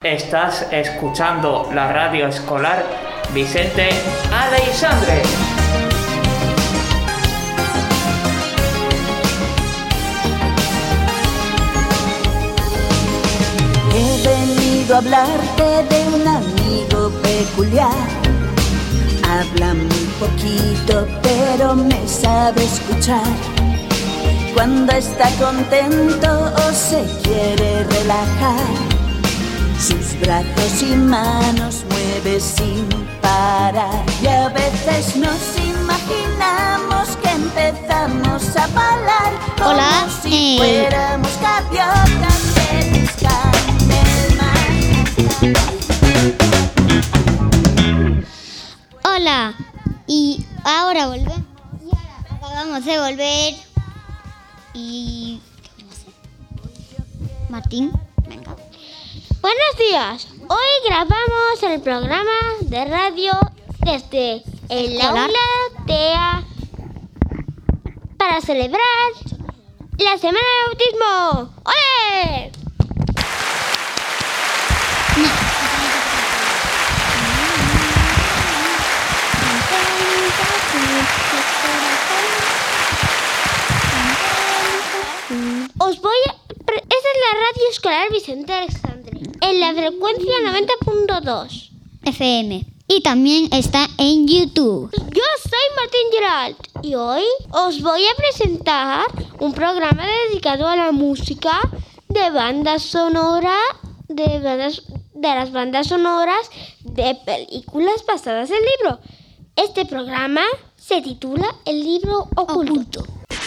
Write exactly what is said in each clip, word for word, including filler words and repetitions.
Estás escuchando la radio escolar Vicente Aleixandre. He venido a hablarte de un amigo peculiar. Habla muy poquito, pero me sabe escuchar. Cuando está contento o se quiere relajar, sus brazos y manos mueve sin parar. Y a veces nos imaginamos que empezamos a bailar como Hola, si eh... fuéramos gaviotas que buscan el mar. Hola, y ahora volvemos. Y ahora acabamos de volver. Y... ¿qué vamos a hacer? Martín, venga. Buenos días. Hoy grabamos el programa de radio desde el Escolar. aula TEA para celebrar la Semana de Autismo. ¡Ole! Os voy a... Esta es la radio escolar Vicente Aleixandre, en la frecuencia noventa punto dos F M. Y también está en YouTube. Yo soy Martín Gerald y hoy os voy a presentar un programa dedicado a la música de bandas sonoras, de, bandas, de las bandas sonoras de películas basadas en libros. Este programa se titula El libro oculto. Oculto.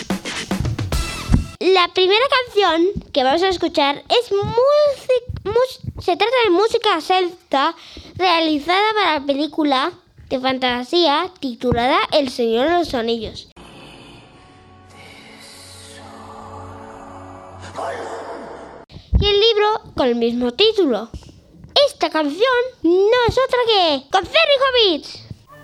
La primera canción que vamos a escuchar es música, mus, se trata de música celta realizada para la película de fantasía titulada El Señor de los Anillos. Y el libro con el mismo título. Esta canción no es otra que Concierto y Hobbits.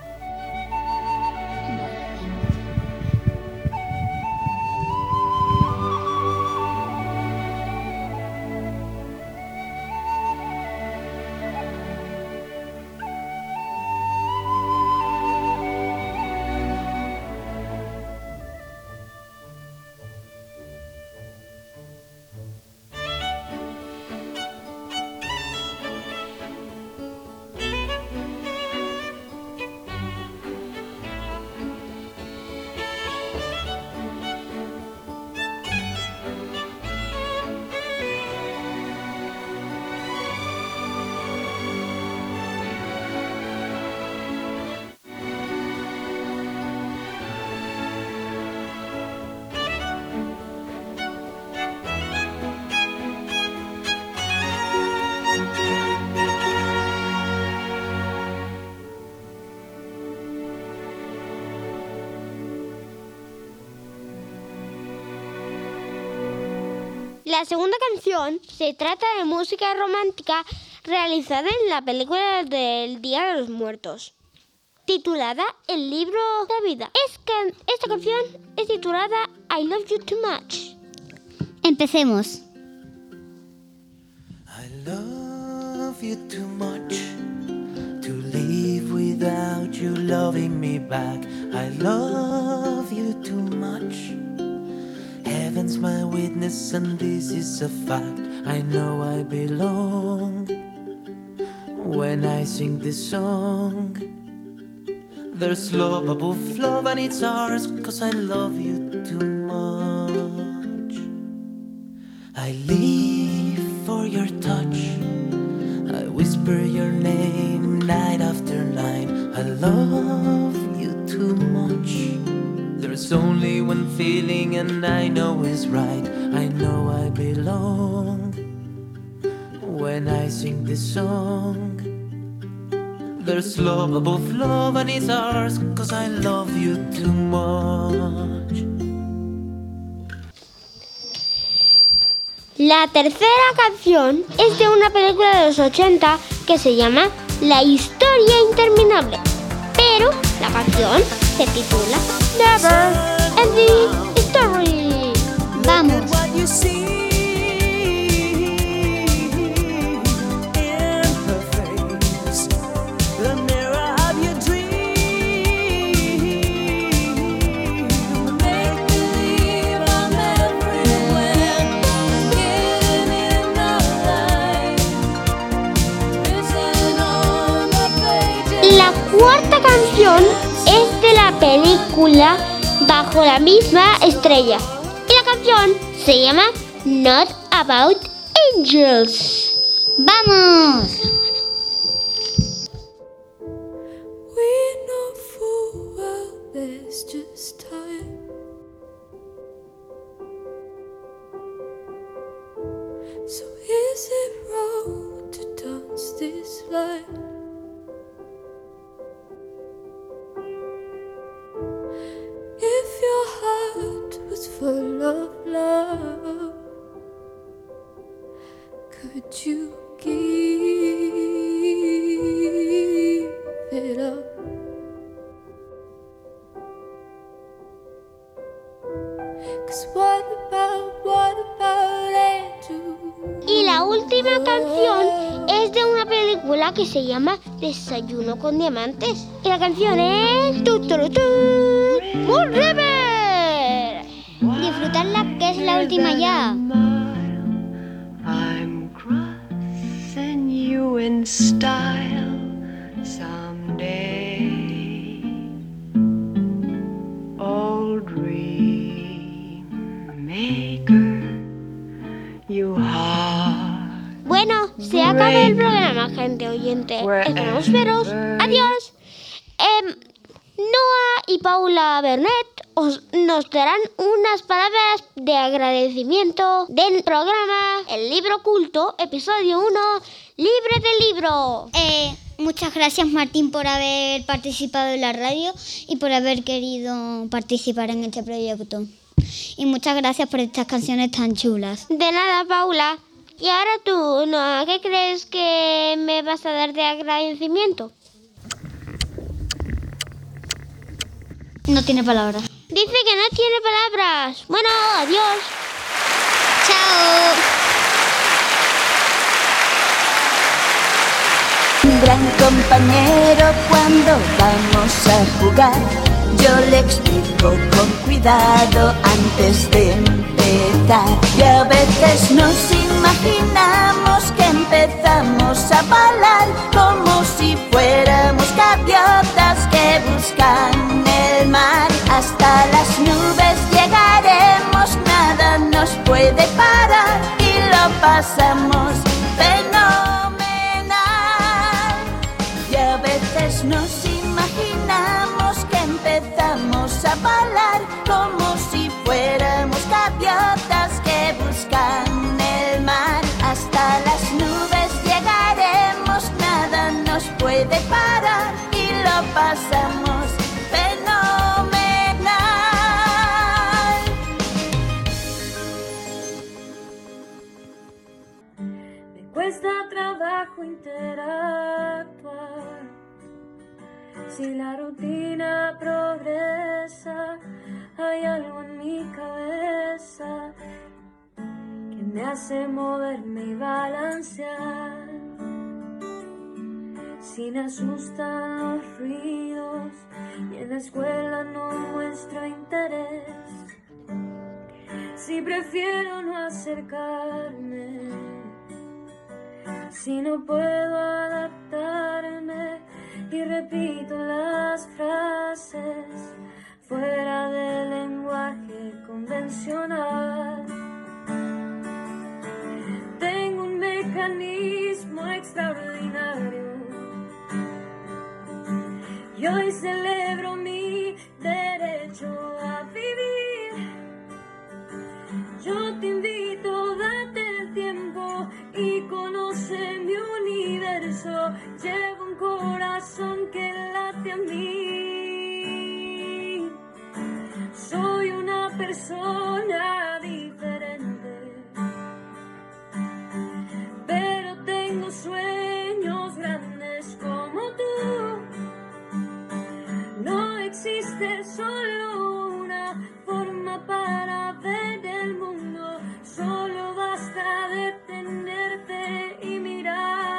La segunda canción se trata de música romántica realizada en la película del Día de los Muertos, titulada El libro de la vida. Es can- esta canción es titulada I Love You Too Much. Empecemos. I love you too much to live without you loving me back. I love you too much. Heaven's my witness and this is a fact. I know I belong when I sing this song. There's love above love and it's ours, 'cause I love you too much. I live for your touch, I whisper your name night after night. I love you too much. There's only one feeling and I know it's right. I know I belong when I sing this song. There's love above love and it's ours, 'cause I love you too much. La tercera canción es de una película de los ochenta que se llama La historia interminable, pero la canción se titula Never Ending Story. Vamos. What you see cuarta canción es de la película Bajo la misma estrella. Y la canción se llama Not About Angels. ¡Vamos! We know full well there's just time. So is it wrong to dance this line? If your heart was full of love, could you give it up? 'Cause what about, what about angels? Y la última canción es de una película que se llama Desayuno con Diamantes. Y la canción es... ¡Tu, tu, tu, tu! ¡Moon River! Disfrutarla, que es la última ya. I'm crossing you in style someday. Old dream maker, you heart. Bueno, se acabó el programa, gente oyente. Esperamos veros. Adiós. Em, Noah y Paula Bernet os, nos darán unas palabras de agradecimiento del programa El Libro Oculto, episodio uno, Libre del Libro. Eh, muchas gracias, Martín, por haber participado en la radio y por haber querido participar en este proyecto. Y muchas gracias por estas canciones tan chulas. De nada, Paula. Y ahora tú, Noah, ¿qué crees que me vas a dar de agradecimiento? No tiene palabras. Dice que no tiene palabras. Bueno, adiós. ¡Chao! Un gran compañero cuando vamos a jugar. Yo le explico con cuidado antes de empezar. Y a veces nos imaginamos que empezamos a volar como si fuéramos gaviotas que buscan el mar. Hasta las nubes llegaremos, nada nos puede parar y lo pasamos fenomenal. Y a veces nos imaginamos que empezamos a volar como si fuéramos gaviotas que buscan el mar. Hasta las nubes llegaremos, nada nos puede parar y lo pasamos fenomenal. Me cuesta trabajo interactuar. Si la rutina progresa, hay algo en mi cabeza que me hace moverme y balancear. Si me asustan los ruidos y en la escuela no muestro interés, si prefiero no acercarme, si no puedo adaptarme y repito las frases fuera del lenguaje convencional. Tengo un mecanismo extraordinario y hoy celebro mi derecho a vivir. Yo te invito, date el tiempo y conoce mi universo. Llevo un corazón que late a mí. Soy una persona diferente, pero tengo sueños grandes como tú. No existe solo una forma para ver el mundo, solo basta detenerte y mirar.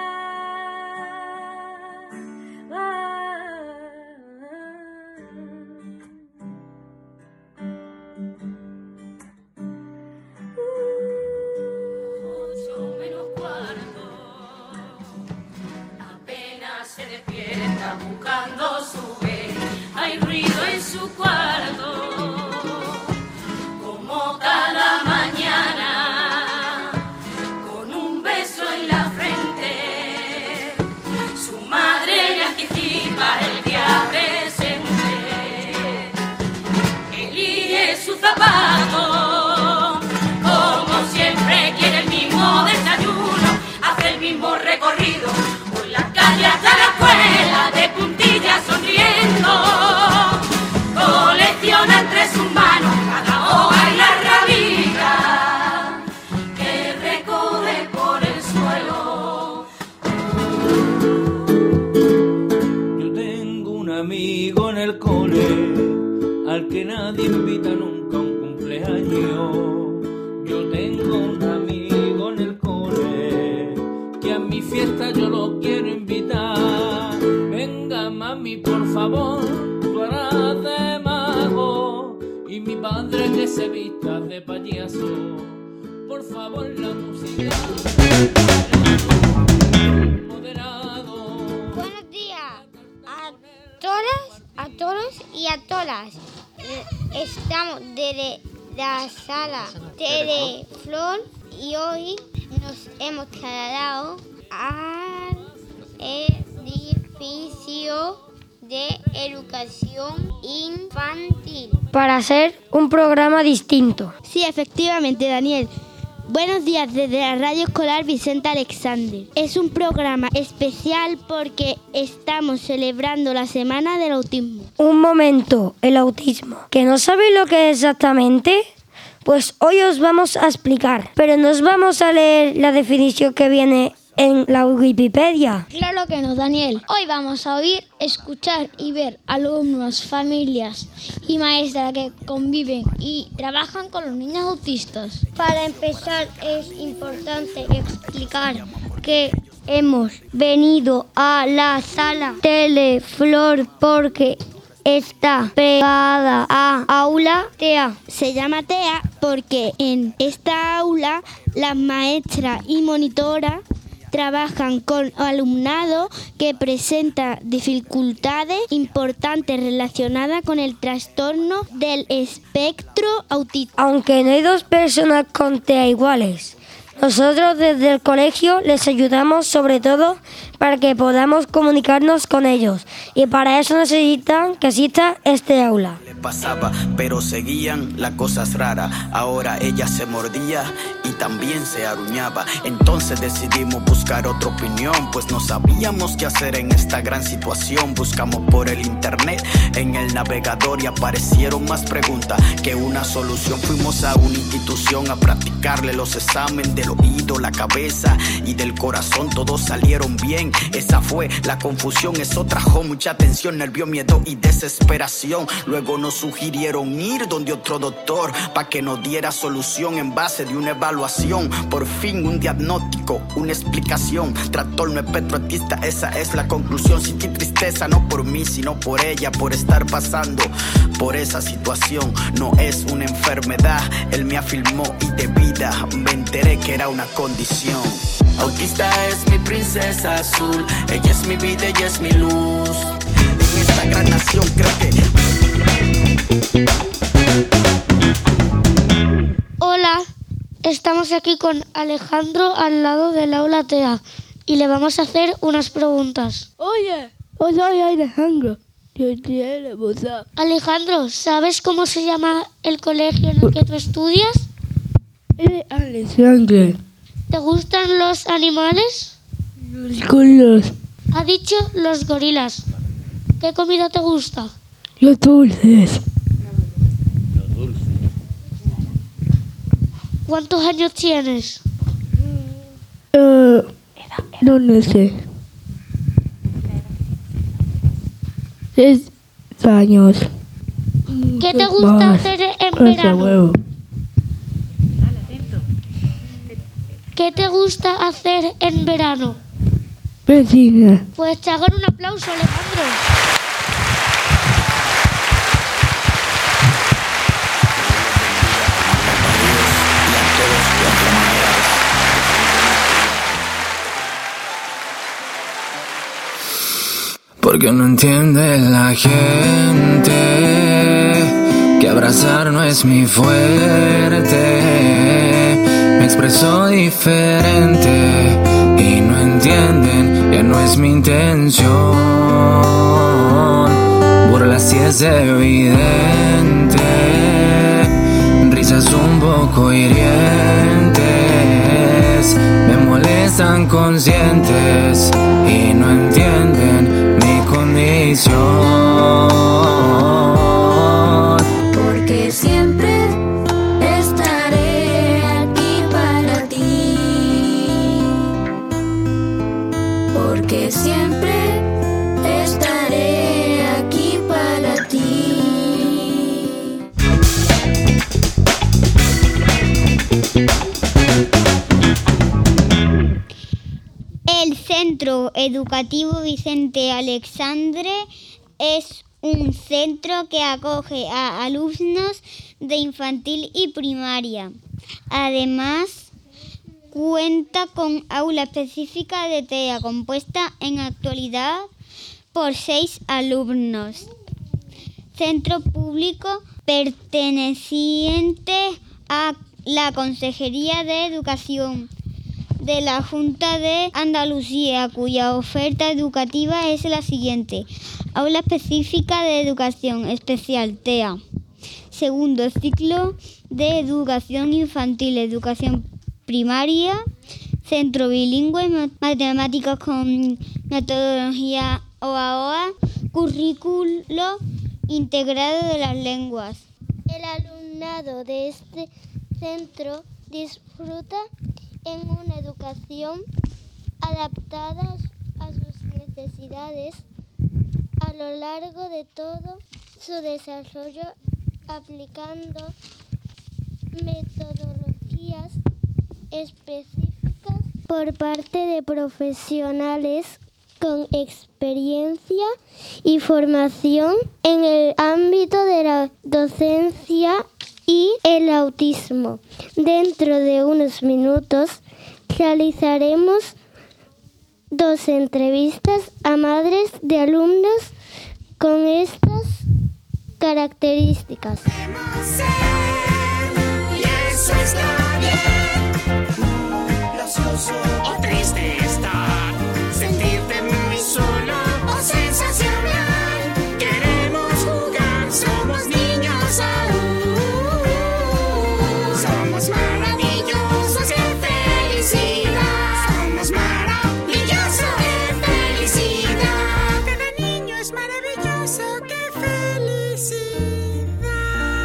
Ah. está buscando su vez. Hay ruido en su cuarto, como cada mañana, con un beso en la frente. Su madre le anticipa el día presente. Elige su zapato, como siempre quiere el mismo desayuno, hace el mismo recorrido por la calle hasta la escuela, de puntillas sonriendo. Colecciona entre sus manos cada hoja y la rabita que recoge por el suelo. Yo tengo un amigo en el cole al que nadie invita nunca a un cumpleaños. Yo tengo un amigo en el cole que a mi fiesta yo lo quiero invitar. Venga mami, por favor, tú harás de mago y mi padre que se vista de payaso. Por favor, la música moderado. Buenos días a todas, a todos y a todas. Eh, Estamos desde la sala Teleflor y hoy nos hemos trasladado al edificio de educación infantil para hacer un programa distinto. Sí, efectivamente, Daniel. Buenos días desde la Radio Escolar Vicente Alexander. Es un programa especial porque estamos celebrando la Semana del Autismo. Un momento, el autismo. ¿Que no sabéis lo que es exactamente? Pues hoy os vamos a explicar, pero nos vamos a leer la definición que viene en la Wikipedia. Claro que no, Daniel. Hoy vamos a oír, escuchar y ver alumnos, familias y maestras que conviven y trabajan con los niños autistas. Para empezar, es importante explicar que hemos venido a la sala Teleflor porque está pegada a Aula T E A. Se llama T E A porque en esta aula las maestras y monitoras trabajan con alumnado que presenta dificultades importantes relacionadas con el trastorno del espectro autista. Aunque no hay dos personas con T E A iguales, nosotros desde el colegio les ayudamos sobre todo para que podamos comunicarnos con ellos y para eso necesitan que exista este aula. Pasaba, pero seguían las cosas raras. Ahora ella se mordía y también se aruñaba. Entonces decidimos buscar otra opinión, pues no sabíamos qué hacer en esta gran situación. Buscamos por el internet, en el navegador y aparecieron más preguntas que una solución. Fuimos a una institución a practicarle los exámenes del oído, la cabeza y del corazón. Todos salieron bien, esa fue la confusión. Eso trajo mucha tensión, nervio, miedo y desesperación. Luego nos sugirieron ir donde otro doctor para que nos diera solución en base de una evaluación. Por fin un diagnóstico, una explicación. Trastorno espectro autista, esa es la conclusión. Sentí tristeza no por mí sino por ella, por estar pasando por esa situación. No es una enfermedad, él me afirmó y de vida me enteré que era una condición. Autista es mi princesa azul, ella es mi vida, ella es mi luz. En esta gran nación creo que... Hola, estamos aquí con Alejandro al lado del aula T E A y le vamos a hacer unas preguntas. Oye, yo soy Alejandro. Yo quiero votar. Alejandro, ¿sabes cómo se llama el colegio en el que tú estudias? Eh, Alexander. ¿Te gustan los animales? Los gorilas. Ha dicho los gorilas. ¿Qué comida te gusta? Los dulces. ¿Cuántos años tienes? Uh, no, no sé. Seis años. ¿Qué te gusta Más. hacer en Ese verano? huevo. ¿Qué te gusta hacer en verano? Vecina. Pues te hagan un aplauso, Alejandro. Porque no entiende la gente que abrazar no es mi fuerte. Me expreso diferente y no entienden, ya no es mi intención. Burla si es evidente, risas un poco hirientes, me molestan conscientes y no entienden mi condición. Porque siempre estaré aquí para ti. Porque siempre estaré aquí para ti. El Centro Educativo Vicente Aleixandre es un centro que acoge a alumnos de infantil y primaria. Además, cuenta con aula específica de TEA compuesta en actualidad por seis alumnos. Centro público perteneciente a la Consejería de Educación de la Junta de Andalucía, cuya oferta educativa es la siguiente: Aula Específica de Educación Especial TEA, segundo ciclo de Educación Infantil, Educación Primaria, Centro Bilingüe, Matemáticas con Metodología O A O A, Currículo Integrado de las Lenguas. El alumnado de este centro disfruta en una educación adaptada a sus necesidades a lo largo de todo su desarrollo, aplicando metodologías específicas por parte de profesionales con experiencia y formación en el ámbito de la docencia y el autismo. Dentro de unos minutos realizaremos dos entrevistas a madres de alumnos con estas características. Y eso está bien. Gracioso o triste estar, sentirte muy solo o sensacional. Queremos jugar, somos niños aún. Somos maravillosos de felicidad. Somos maravillosos de felicidad. Cada niño es maravilloso, qué felicidad.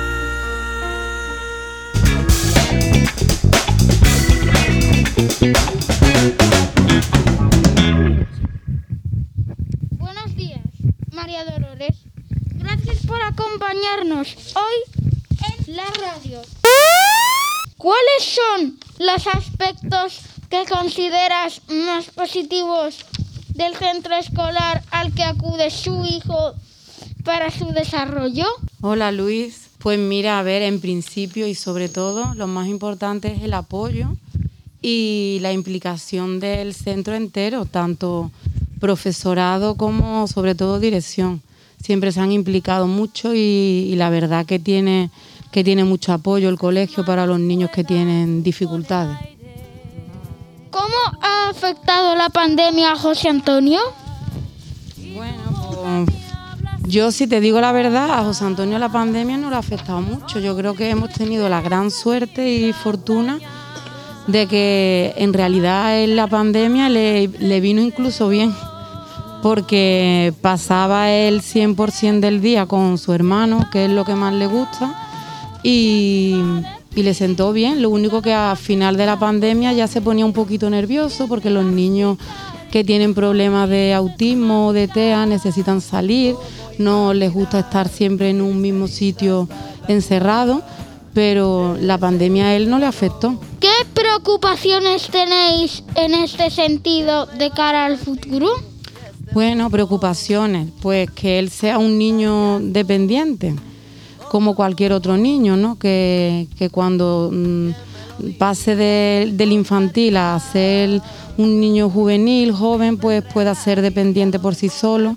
Buenos días, María Dolores. Gracias por acompañarnos hoy en la radio. ¿Cuáles son los aspectos que consideras más positivos del centro escolar al que acude su hijo para su desarrollo? Hola Luis, pues mira, a ver, en principio y sobre todo lo más importante es el apoyo y la implicación del centro entero, tanto profesorado como sobre todo dirección. Siempre se han implicado mucho y, y la verdad que tiene, que tiene mucho apoyo el colegio para los niños que tienen dificultades. ¿Cómo ha afectado la pandemia a José Antonio? Bueno, pues yo si te digo la verdad, a José Antonio la pandemia no le ha afectado mucho. Yo creo que hemos tenido la gran suerte y fortuna de que en realidad en la pandemia le, le vino incluso bien, porque pasaba el cien por ciento del día con su hermano, que es lo que más le gusta, y, y le sentó bien. Lo único que al final de la pandemia ya se ponía un poquito nervioso, porque los niños que tienen problemas de autismo o de TEA necesitan salir, no les gusta estar siempre en un mismo sitio encerrado, pero la pandemia a él no le afectó. ¿Qué preocupaciones tenéis en este sentido de cara al futuro? Bueno, preocupaciones, pues que él sea un niño dependiente, como cualquier otro niño, ¿no? Que, que cuando mmm, pase de, del infantil a ser un niño juvenil, joven, pues pueda ser dependiente por sí solo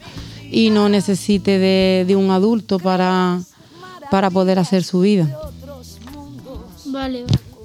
y no necesite de, de un adulto para, para poder hacer su vida. Vale.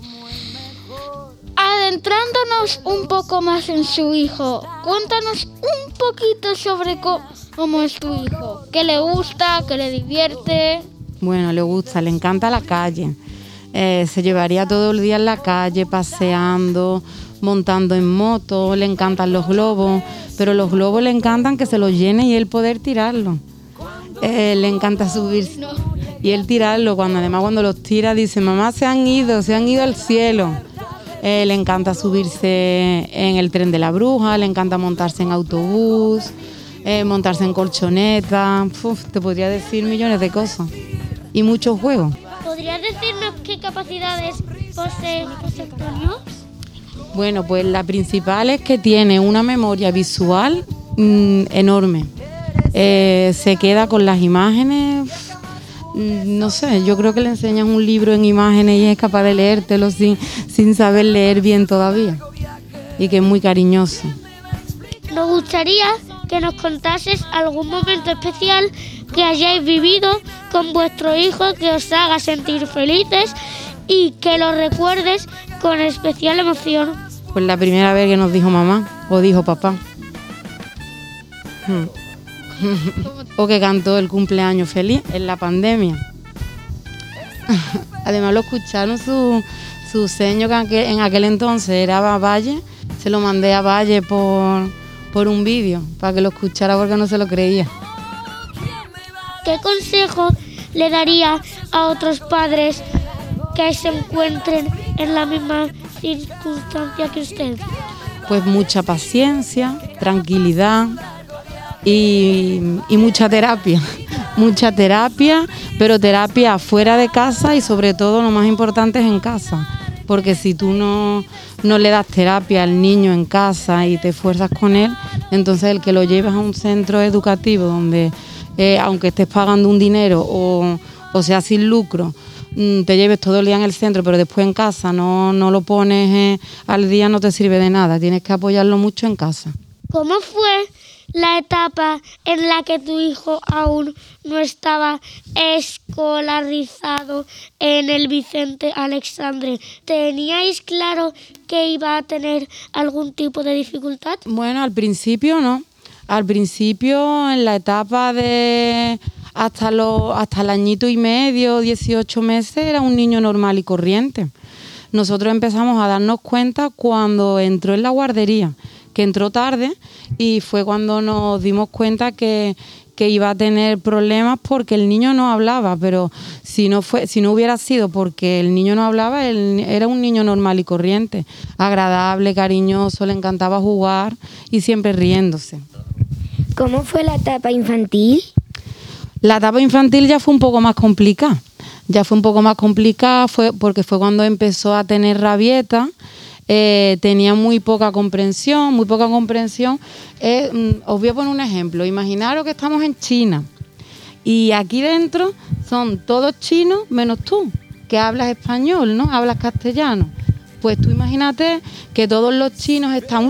Adentrándonos un poco más en su hijo, cuéntanos un poquito sobre cómo es tu hijo. ¿Qué le gusta? ¿Qué le divierte? Bueno, le gusta, le encanta la calle. Eh, se llevaría todo el día en la calle, paseando, montando en moto, le encantan los globos, pero los globos le encantan que se los llene y él poder tirarlos. Eh, le encanta subirse no. y él tirarlo, cuando además cuando los tira dice, mamá, se han ido, se han ido al cielo. Eh, le encanta subirse en el tren de la bruja, le encanta montarse en autobús, eh, montarse en colchoneta, uf, te podría decir millones de cosas y muchos juegos. ¿Podrías decirnos qué capacidades posee José Antonio? Bueno, pues la principal es que tiene una memoria visual mmm, enorme. Eh, se queda con las imágenes, mmm, no sé, yo creo que le enseñas un libro en imágenes y es capaz de leértelo sin, sin saber leer bien todavía. Y que es muy cariñoso. Nos gustaría que nos contases algún momento especial que hayáis vivido con vuestro hijo que os haga sentir felices y que lo recuerdes con especial emoción. Pues la primera vez que nos dijo mamá o dijo papá. O que cantó el cumpleaños feliz en la pandemia. Además lo escucharon su, su seño que en aquel, en aquel entonces era Valle. Se lo mandé a Valle por, por un vídeo para que lo escuchara porque no se lo creía. ¿Qué consejo le daría a otros padres que se encuentren en la misma circunstancia que usted? Pues mucha paciencia, tranquilidad y, y mucha terapia. Mucha terapia, pero terapia fuera de casa y sobre todo lo más importante es en casa. Porque si tú no, no le das terapia al niño en casa y te esfuerzas con él, entonces el que lo llevas a un centro educativo donde Eh, aunque estés pagando un dinero o, o sea sin lucro, mmm, te lleves todo el día en el centro, pero después en casa no, no lo pones eh, al día, no te sirve de nada. Tienes que apoyarlo mucho en casa. ¿Cómo fue la etapa en la que tu hijo aún no estaba escolarizado en el Vicente Alexandre? ¿Teníais claro que iba a tener algún tipo de dificultad? Bueno, al principio no. Al principio, en la etapa de hasta, lo, hasta el añito y medio, dieciocho meses, era un niño normal y corriente. Nosotros empezamos a darnos cuenta cuando entró en la guardería, que entró tarde y fue cuando nos dimos cuenta que, que iba a tener problemas porque el niño no hablaba, pero si no, fue, si no hubiera sido porque el niño no hablaba, él era un niño normal y corriente, agradable, cariñoso, le encantaba jugar y siempre riéndose. ¿Cómo fue la etapa infantil? La etapa infantil ya fue un poco más complicada. Ya fue un poco más complicada fue porque fue cuando empezó a tener rabieta. Eh, tenía muy poca comprensión, muy poca comprensión. Eh, os voy a poner un ejemplo. Imaginaros que estamos en China y aquí dentro son todos chinos menos tú, que hablas español, ¿no? Hablas castellano. Pues tú imagínate que todos los chinos están...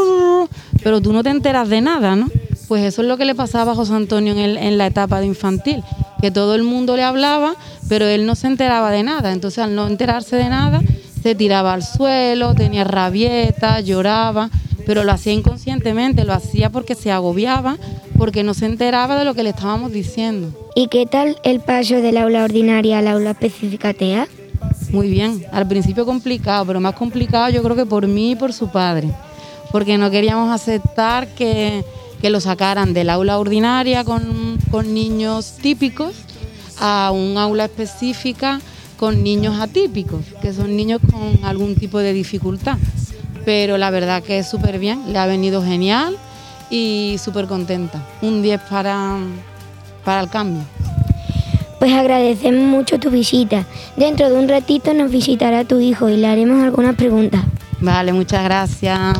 pero tú no te enteras de nada, ¿no? Pues eso es lo que le pasaba a José Antonio en, el, en la etapa de infantil, que todo el mundo le hablaba, pero él no se enteraba de nada. Entonces, al no enterarse de nada, se tiraba al suelo, tenía rabieta, lloraba, pero lo hacía inconscientemente, lo hacía porque se agobiaba, porque no se enteraba de lo que le estábamos diciendo. ¿Y qué tal el paso del aula ordinaria al aula específica T E A? Muy bien, al principio complicado, pero más complicado yo creo que por mí y por su padre, porque no queríamos aceptar que... que lo sacaran del aula ordinaria con, con niños típicos a un aula específica con niños atípicos, que son niños con algún tipo de dificultad. Pero la verdad que es súper bien, le ha venido genial y súper contenta. Un diez para, para el cambio. Pues agradecemos mucho tu visita. Dentro de un ratito nos visitará tu hijo y le haremos algunas preguntas. Vale, muchas gracias.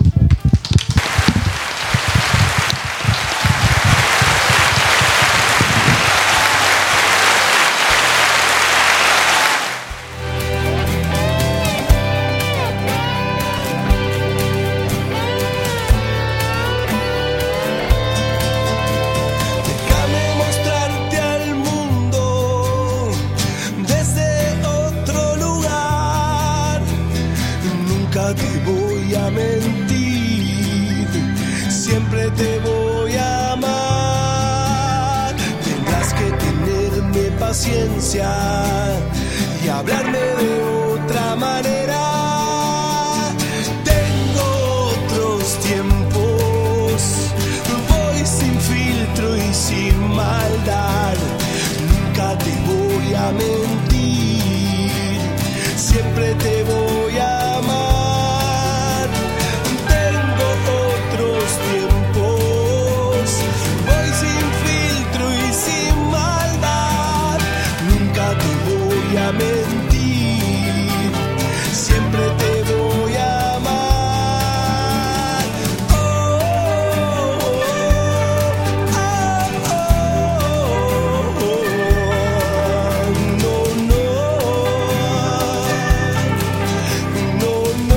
te voy a amar. Tendrás que tenerme paciencia y hablarme de otra manera. Tengo otros tiempos, voy sin filtro y sin maldad. Nunca te voy a mentir, siempre te voy a amar. Tengo otros tiempos, voy sin filtro y sin maldad. Nunca te voy a mentir, siempre te voy a amar. Oh, oh, oh, oh, oh, oh. No, no, no, no,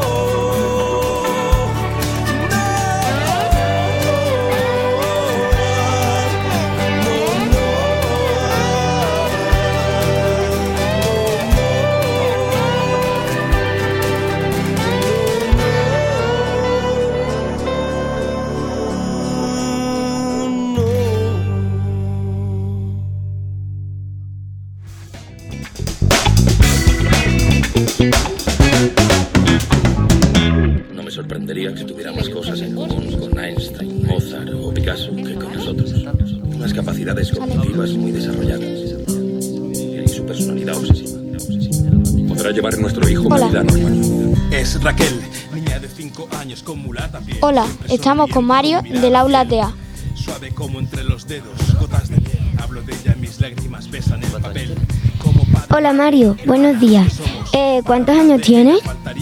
No me sorprendería que tuviera más cosas en común con Einstein, Mozart o Picasso que con nosotros. Unas capacidades cognitivas muy desarrolladas y su personalidad obsesiva. Podrá llevar nuestro hijo una vida normal. Es Raquel, niña de cinco años con mulata piel. Hola, estamos con Mario del aula T A. Suave como entre los dedos, gotas de miel. Hablo de ella, mis lágrimas besan el papel. Hola Mario, buenos días. Eh, ¿Cuántos años tienes?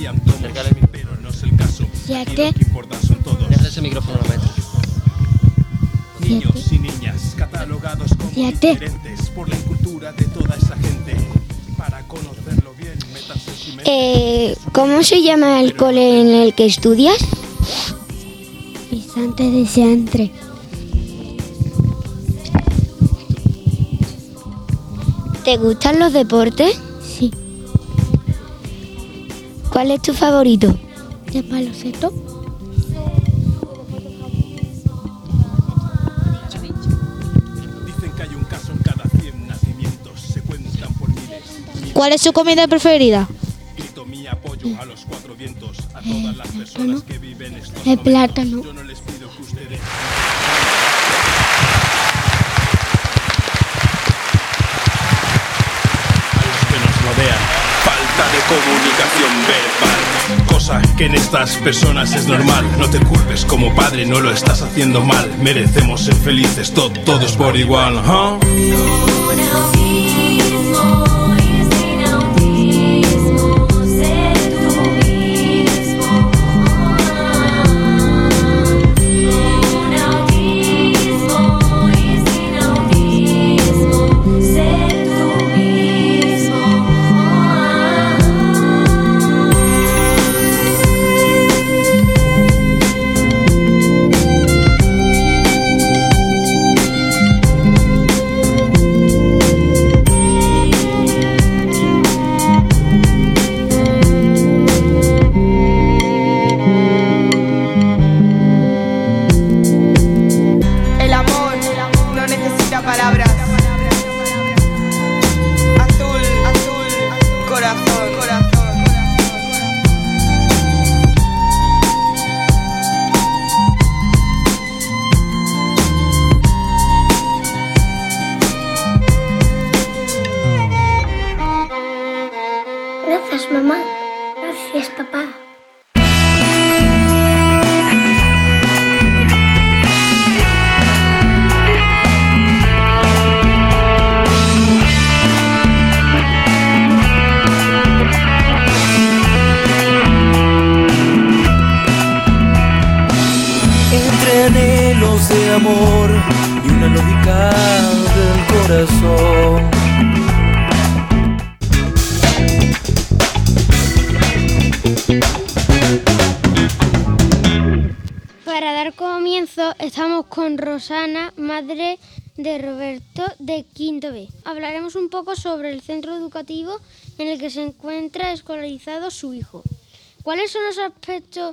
Siete. Deja ese micrófono a la meta. Niños y niñas catalogados como Siete. diferentes por la cultura de toda esa gente. Para conocerlo bien, métanse en Eh, ¿Cómo se llama el cole en el que estudias? Vicente de Seantre. ¿Te gustan los deportes? Sí. ¿Cuál es tu favorito? De baloncesto. Dicen que hay un caso en cada cien nacimientos, se cuentan por miles. ¿Cuál es su comida preferida? Grito mi apoyo a los cuatro vientos, a todas las personas que viven estos El momentos. plátano. Yo no les pido que ustedes... A los que nos rodean, falta de comunicación verbal. Cosa que en estas personas es normal. No te culpes como padre, no lo estás haciendo mal. Merecemos ser felices to- todos por igual, ¿huh? El amor no necesita palabras. Azul, azul, corazón, corazón. Gracias, mamá. Gracias, papá. Entre anhelos de amor y una lógica del corazón. Para dar comienzo, estamos con Rosana, madre de Roberto, de quinto B. Hablaremos un poco sobre el centro educativo en el que se encuentra escolarizado su hijo. ¿Cuáles son los aspectos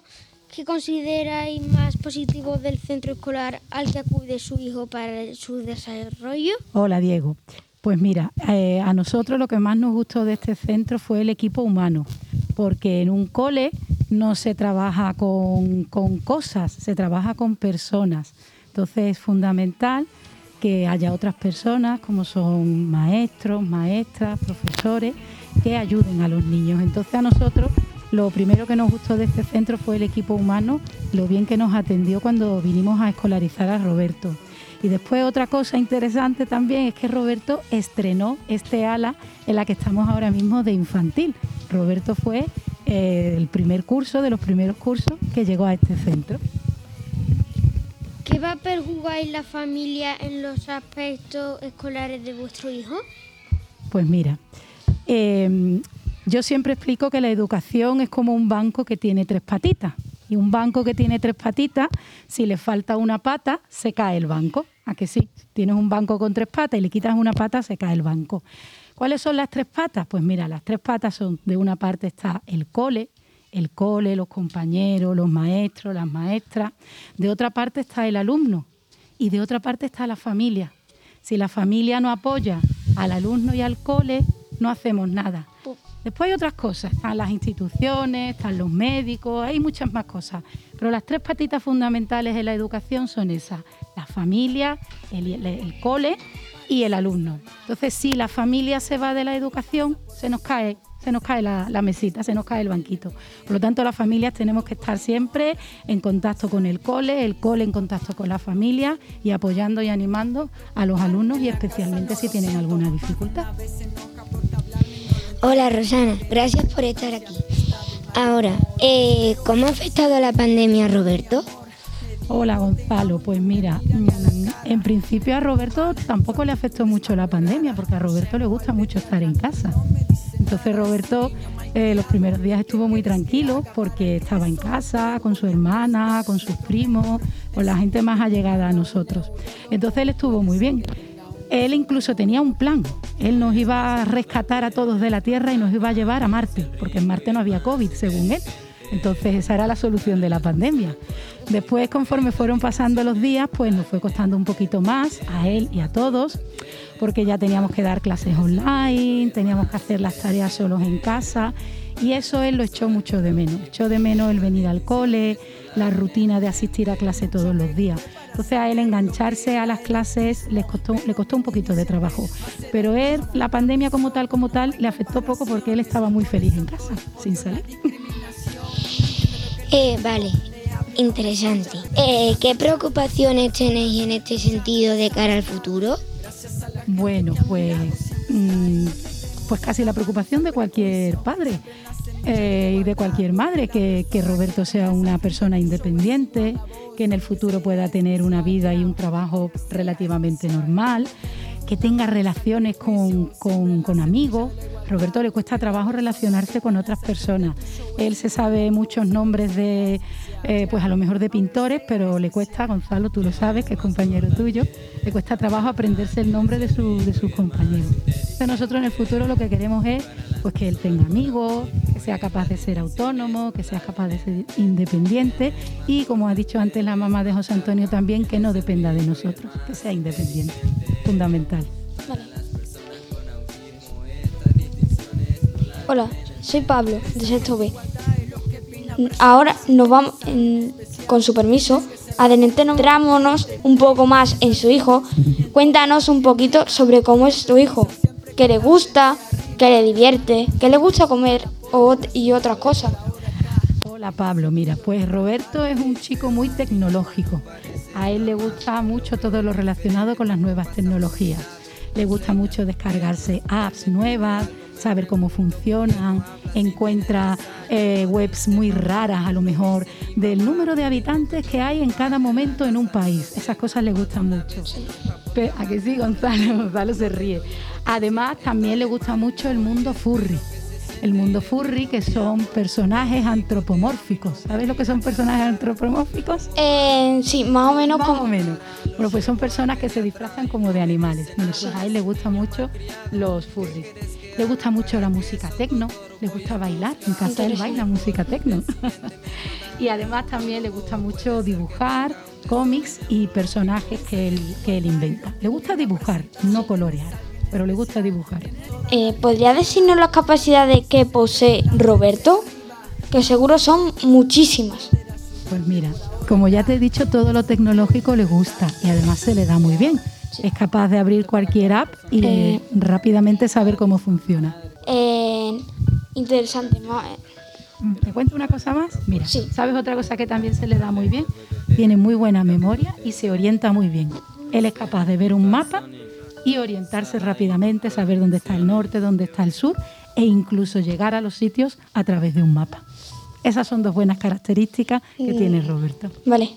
¿Qué consideráis más positivo del centro escolar al que acude su hijo para su desarrollo? Hola, Diego. Pues mira, eh, a nosotros lo que más nos gustó de este centro fue el equipo humano, porque en un cole no se trabaja con, con cosas, se trabaja con personas. Entonces es fundamental que haya otras personas, como son maestros, maestras, profesores, que ayuden a los niños. Entonces a nosotros lo primero que nos gustó de este centro fue el equipo humano, lo bien que nos atendió cuando vinimos a escolarizar a Roberto. Y después otra cosa interesante también es que Roberto estrenó este ala en la que estamos ahora mismo de infantil. Roberto fue eh, el primer curso, de los primeros cursos que llegó a este centro. ¿Qué papel jugáis la familia en los aspectos escolares de vuestro hijo? Pues mira, eh, yo siempre explico que la educación es como un banco que tiene tres patitas. Y un banco que tiene tres patitas, si le falta una pata, se cae el banco. ¿A que sí? Tienes un banco con tres patas y le quitas una pata, se cae el banco. ¿Cuáles son las tres patas? Pues mira, las tres patas son, de una parte está el cole, el cole, los compañeros, los maestros, las maestras. De otra parte está el alumno y de otra parte está la familia. Si la familia no apoya al alumno y al cole, no hacemos nada. Después hay otras cosas, están las instituciones, están los médicos, hay muchas más cosas. Pero las tres patitas fundamentales de la educación son esas, la familia, el, el, el cole y el alumno. Entonces, si la familia se va de la educación, se nos cae, se nos cae la, la mesita, se nos cae el banquito. Por lo tanto, las familias tenemos que estar siempre en contacto con el cole, el cole en contacto con la familia y apoyando y animando a los alumnos y especialmente si tienen alguna dificultad. Hola Rosana, gracias por estar aquí. Ahora, eh, ¿cómo ha afectado la pandemia a Roberto? Hola Gonzalo, pues mira, en principio a Roberto tampoco le afectó mucho la pandemia porque a Roberto le gusta mucho estar en casa. Entonces Roberto eh, los primeros días estuvo muy tranquilo porque estaba en casa con su hermana, con sus primos, con la gente más allegada a nosotros. Entonces él estuvo muy bien. Él incluso tenía un plan. Él nos iba a rescatar a todos de la Tierra y nos iba a llevar a Marte, porque en Marte no había COVID, según él. Entonces esa era la solución de la pandemia. Después, conforme fueron pasando los días, pues nos fue costando un poquito más a él y a todos, porque ya teníamos que dar clases online, teníamos que hacer las tareas solos en casa, y eso él lo echó mucho de menos. Echó de menos el venir al cole, la rutina de asistir a clase todos los días. Entonces a él engancharse a las clases le costó, le costó un poquito de trabajo. Pero él, la pandemia como tal, como tal, le afectó poco porque él estaba muy feliz en casa, sin salir. Eh, vale, interesante. Eh, ¿Qué preocupaciones tenéis en este sentido de cara al futuro? Bueno, pues, mmm, pues casi la preocupación de cualquier padre eh, y de cualquier madre, que, que Roberto sea una persona independiente, que en el futuro pueda tener una vida y un trabajo relativamente normal, que tenga relaciones con, con, con amigos. Roberto le cuesta trabajo relacionarse con otras personas. Él se sabe muchos nombres de, eh, pues a lo mejor de pintores, pero le cuesta, Gonzalo, tú lo sabes, que es compañero tuyo, le cuesta trabajo aprenderse el nombre de, su, de sus compañeros. Entonces nosotros en el futuro lo que queremos es pues, que él tenga amigos, que sea capaz de ser autónomo, que sea capaz de ser independiente y, como ha dicho antes la mamá de José Antonio también, que no dependa de nosotros, que sea independiente, fundamental. Vale. Hola, soy Pablo, de sexto B. Ahora nos vamos, en, con su permiso, adentrémonos un poco más en su hijo. Cuéntanos un poquito sobre cómo es tu hijo, qué le gusta, qué le divierte, qué le gusta comer o, y otras cosas. Hola Pablo, mira, pues Roberto es un chico muy tecnológico. A él le gusta mucho todo lo relacionado con las nuevas tecnologías. Le gusta mucho descargarse apps nuevas, saber cómo funcionan, encuentra eh, webs muy raras a lo mejor del número de habitantes que hay en cada momento en un país. Esas cosas le gustan mucho. Pero, ¿a que sí, Gonzalo? Gonzalo se ríe. Además, también le gusta mucho el mundo furry. El mundo furry, que son personajes antropomórficos. ¿Sabes lo que son personajes antropomórficos? Eh, sí, más o menos. Más como... o menos. Bueno, pues son personas que se disfrazan como de animales. Bueno, pues a él le gustan mucho los furries. Le gusta mucho la música tecno, le gusta bailar. En casa él baila música tecno. Y además también le gusta mucho dibujar cómics y personajes que él, que él inventa. Le gusta dibujar, no colorear, pero le gusta dibujar. Eh, ¿Podría decirnos las capacidades que posee Roberto? Que seguro son muchísimas. Pues mira, como ya te he dicho, todo lo tecnológico le gusta y además se le da muy bien. Sí. Es capaz de abrir cualquier app y eh, rápidamente saber cómo funciona. Eh, interesante. ¿Te cuento una cosa más? Mira, sí. ¿Sabes otra cosa que también se le da muy bien? Tiene muy buena memoria y se orienta muy bien. Él es capaz de ver un mapa y orientarse rápidamente, saber dónde está el norte, dónde está el sur e incluso llegar a los sitios a través de un mapa. Esas son dos buenas características que mm. tiene Roberto. Vale.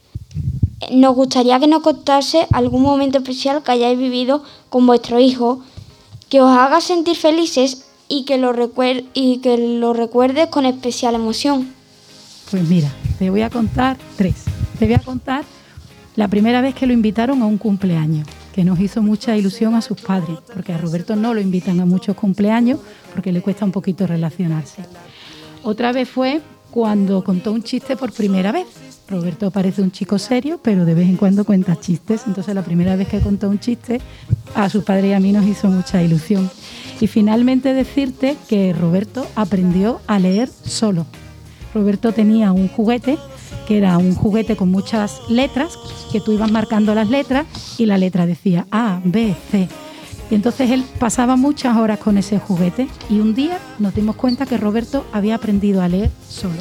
Nos gustaría que nos contase algún momento especial que hayáis vivido con vuestro hijo, que os haga sentir felices y que lo recuer- y que lo recuerdes con especial emoción. Pues mira, te voy a contar tres. Te voy a contar la primera vez que lo invitaron a un cumpleaños, que nos hizo mucha ilusión a sus padres, porque a Roberto no lo invitan a muchos cumpleaños porque le cuesta un poquito relacionarse. Otra vez fue cuando contó un chiste por primera vez. Roberto parece un chico serio, pero de vez en cuando cuenta chistes. Entonces la primera vez que contó un chiste, a sus padres y a mí nos hizo mucha ilusión. Y finalmente decirte que Roberto aprendió a leer solo. Roberto tenía un juguete, que era un juguete con muchas letras, que tú ibas marcando las letras y la letra decía A, B, C. Y entonces él pasaba muchas horas con ese juguete y un día nos dimos cuenta que Roberto había aprendido a leer solo.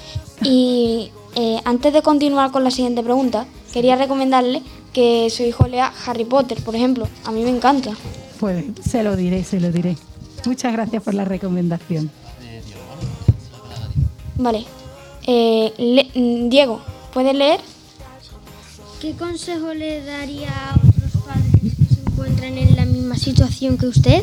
Y eh, antes de continuar con la siguiente pregunta, quería recomendarle que su hijo lea Harry Potter, por ejemplo. A mí me encanta. Pues se lo diré, se lo diré. Muchas gracias por la recomendación. Vale. Eh, le- Diego, ¿puedes leer? ¿Qué consejo le daría a otros padres que se encuentran en la misma situación que usted?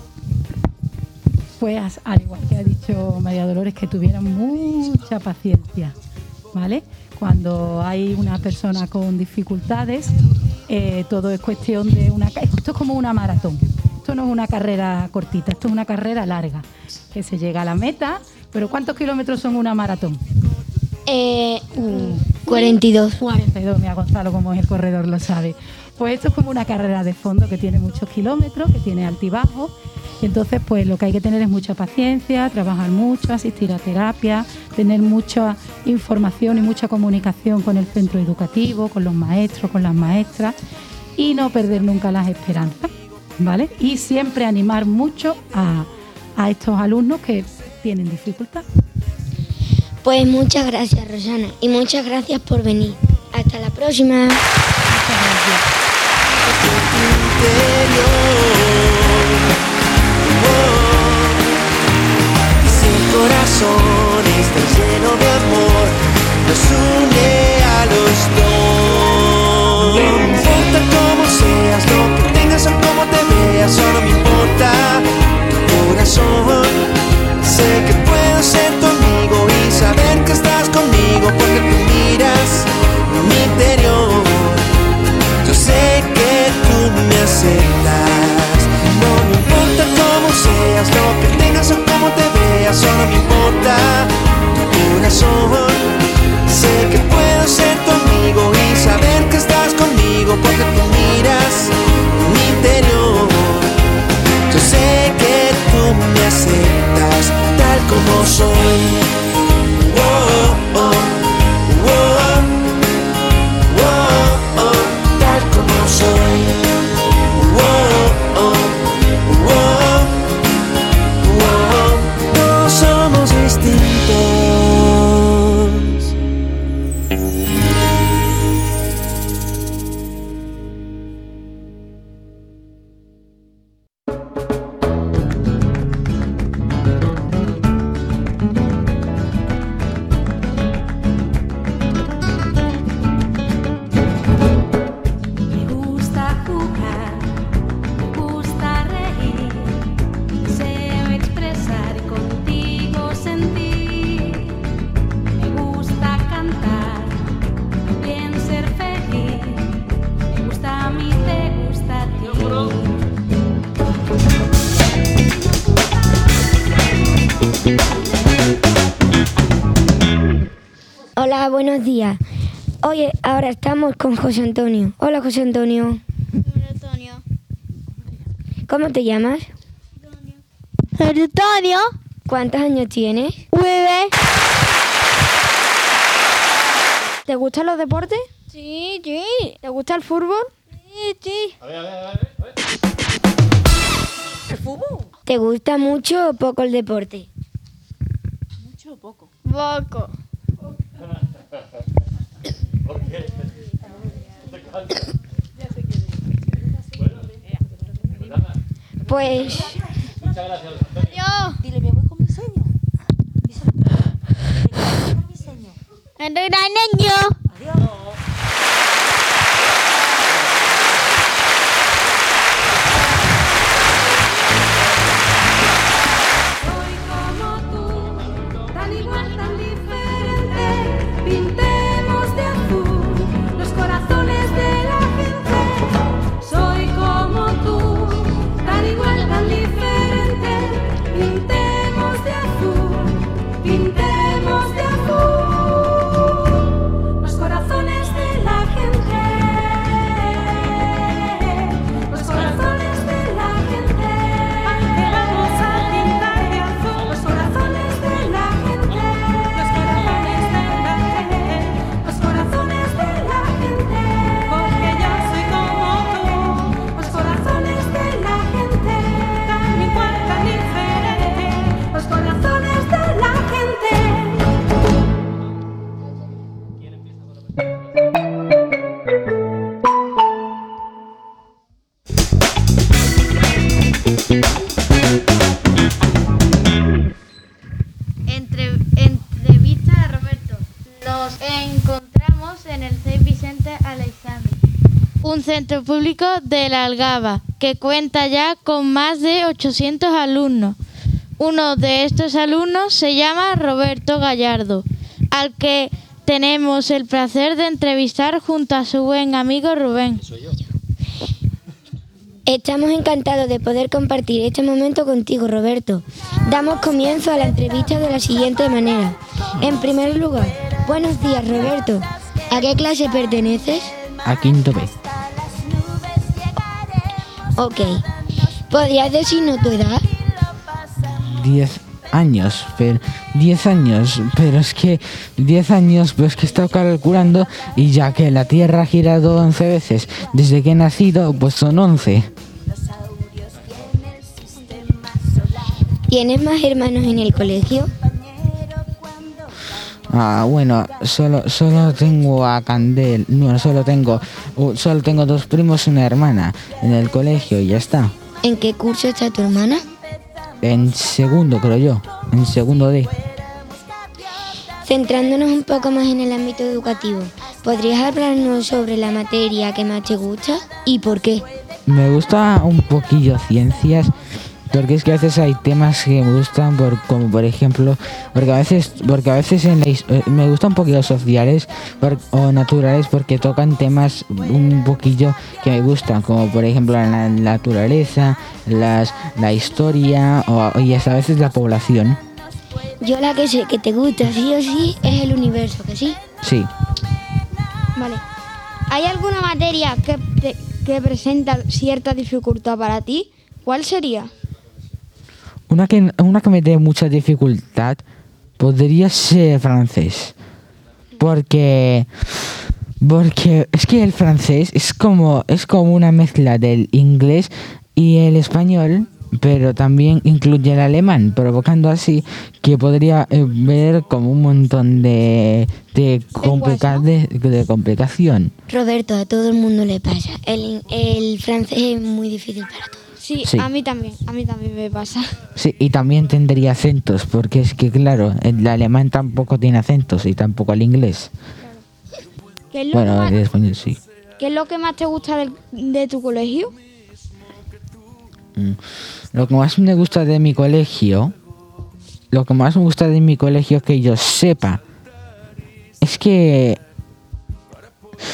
Pues al igual que ha dicho María Dolores, que tuvieran mucha paciencia, ¿vale? Cuando hay una persona con dificultades, eh, todo es cuestión de una... Esto es como una maratón, esto no es una carrera cortita, esto es una carrera larga, que se llega a la meta, pero ¿cuántos kilómetros son una maratón? Eh, cuarenta y dos. cuarenta y dos, mira Gonzalo, como es el corredor, lo sabe. Pues esto es como una carrera de fondo que tiene muchos kilómetros, que tiene altibajos. Y entonces, pues lo que hay que tener es mucha paciencia, trabajar mucho, asistir a terapia, tener mucha información y mucha comunicación con el centro educativo, con los maestros, con las maestras y no perder nunca las esperanzas, ¿vale? Y siempre animar mucho a, a estos alumnos que tienen dificultad. Pues muchas gracias, Rosana, y muchas gracias por venir. Hasta la próxima. Muchas gracias. Sin corazones, tan lleno de amor, nos une a los dos. No me importa cómo seas, lo que tengas o cómo te veas, solo me importa tu corazón. Sé que puedo ser tu amigo y saber que estás conmigo porque tú miras mi interior. Yo sé que tú me aceptas. No me importa cómo seas, lo que tengas o cómo te veas, solo me importa tu corazón. Sé que puedo ser tu amigo y saber que estás conmigo porque tú miras mi interior. Yo sé que tú me aceptas tal como soy. Oh, oh, oh, oh, oh, tal como soy. Oh, buenos días. Oye, ahora estamos con José Antonio. Hola, José Antonio. Hola, Antonio. ¿Cómo te llamas? Antonio. ¿Cuántos años tienes? Nueve. ¿Te gustan los deportes? Sí, sí. ¿Te gusta el fútbol? Sí, sí. A ver, a ver, a ver. a ver. ¿El fútbol? ¿Te gusta mucho o poco el deporte? Mucho o poco. Poco. ¿Por qué? Pues... Muchas gracias. Adiós. Dile, me voy con mi sueño. Díselo. Me voy con mi sueño. Niño. Adiós. Tan igual, tan diferente, pintemos de azul los corazones de la gente. Soy como tú, tan igual, tan diferente, pintemos de azul, pintemos de azul los corazones de la gente. Los corazones de la gente. Que vamos a pintar de azul los corazones de la gente. Los corazones de la gente. Los corazones de la gente. Porque yo soy como tú. Los corazones de la gente. Tan igual, tan diferente. Los corazones de la gente. Entre, entrevista a Roberto. Nos encontramos en el C E I Vicente Aleixandre, un centro público de la Algaba que cuenta ya con más de ochocientos alumnos. Uno de estos alumnos se llama Roberto Gallardo, al que tenemos el placer de entrevistar junto a su buen amigo Rubén. Estamos encantados de poder compartir este momento contigo, Roberto. Damos comienzo a la entrevista de la siguiente manera. En primer lugar, buenos días, Roberto. ¿A qué clase perteneces? A quinto B. Ok. ¿Podrías decirnos tu edad? Diez años, pero diez años, pero es que diez años, pues que he estado calculando y ya que la Tierra ha girado once veces desde que he nacido, pues son once. ¿Tienes más hermanos en el colegio? Ah, bueno, solo solo tengo a Candel, no, solo tengo uh, solo tengo dos primos y una hermana en el colegio y ya está. ¿En qué curso está tu hermana? En segundo, creo yo, en segundo D. Centrándonos un poco más en el ámbito educativo, ¿podrías hablarnos sobre la materia que más te gusta y por qué? Me gusta un poquillo ciencias, porque es que a veces hay temas que me gustan, por, como por ejemplo, porque a veces, porque a veces en la, eh, me gustan un poquillo sociales por, o naturales, porque tocan temas un poquillo que me gustan, como por ejemplo la naturaleza, las, la historia o, y hasta a veces la población. Yo la que sé que te gusta sí o sí es el universo, ¿que sí? Sí. Vale. ¿Hay alguna materia que, te- que presenta cierta dificultad para ti? ¿Cuál sería? Una que, una que me dé mucha dificultad podría ser francés. Porque, porque es que el francés es como, es como una mezcla del inglés y el español, pero también incluye el alemán, provocando así que podría eh, ver como un montón de, de, complica- de, de complicación. Roberto, a todo el mundo le pasa. El, el francés es muy difícil para todos. Sí, Sí. a mí también, a mí también me pasa. Sí, y también tendría acentos, porque es que claro, el alemán tampoco tiene acentos y tampoco el inglés. ¿Qué es lo, Bueno, que, el más, español sí. ¿qué es lo que más te gusta del- de tu colegio? Mm. Lo que más me gusta de mi colegio, lo que más me gusta de mi colegio que yo sepa, es que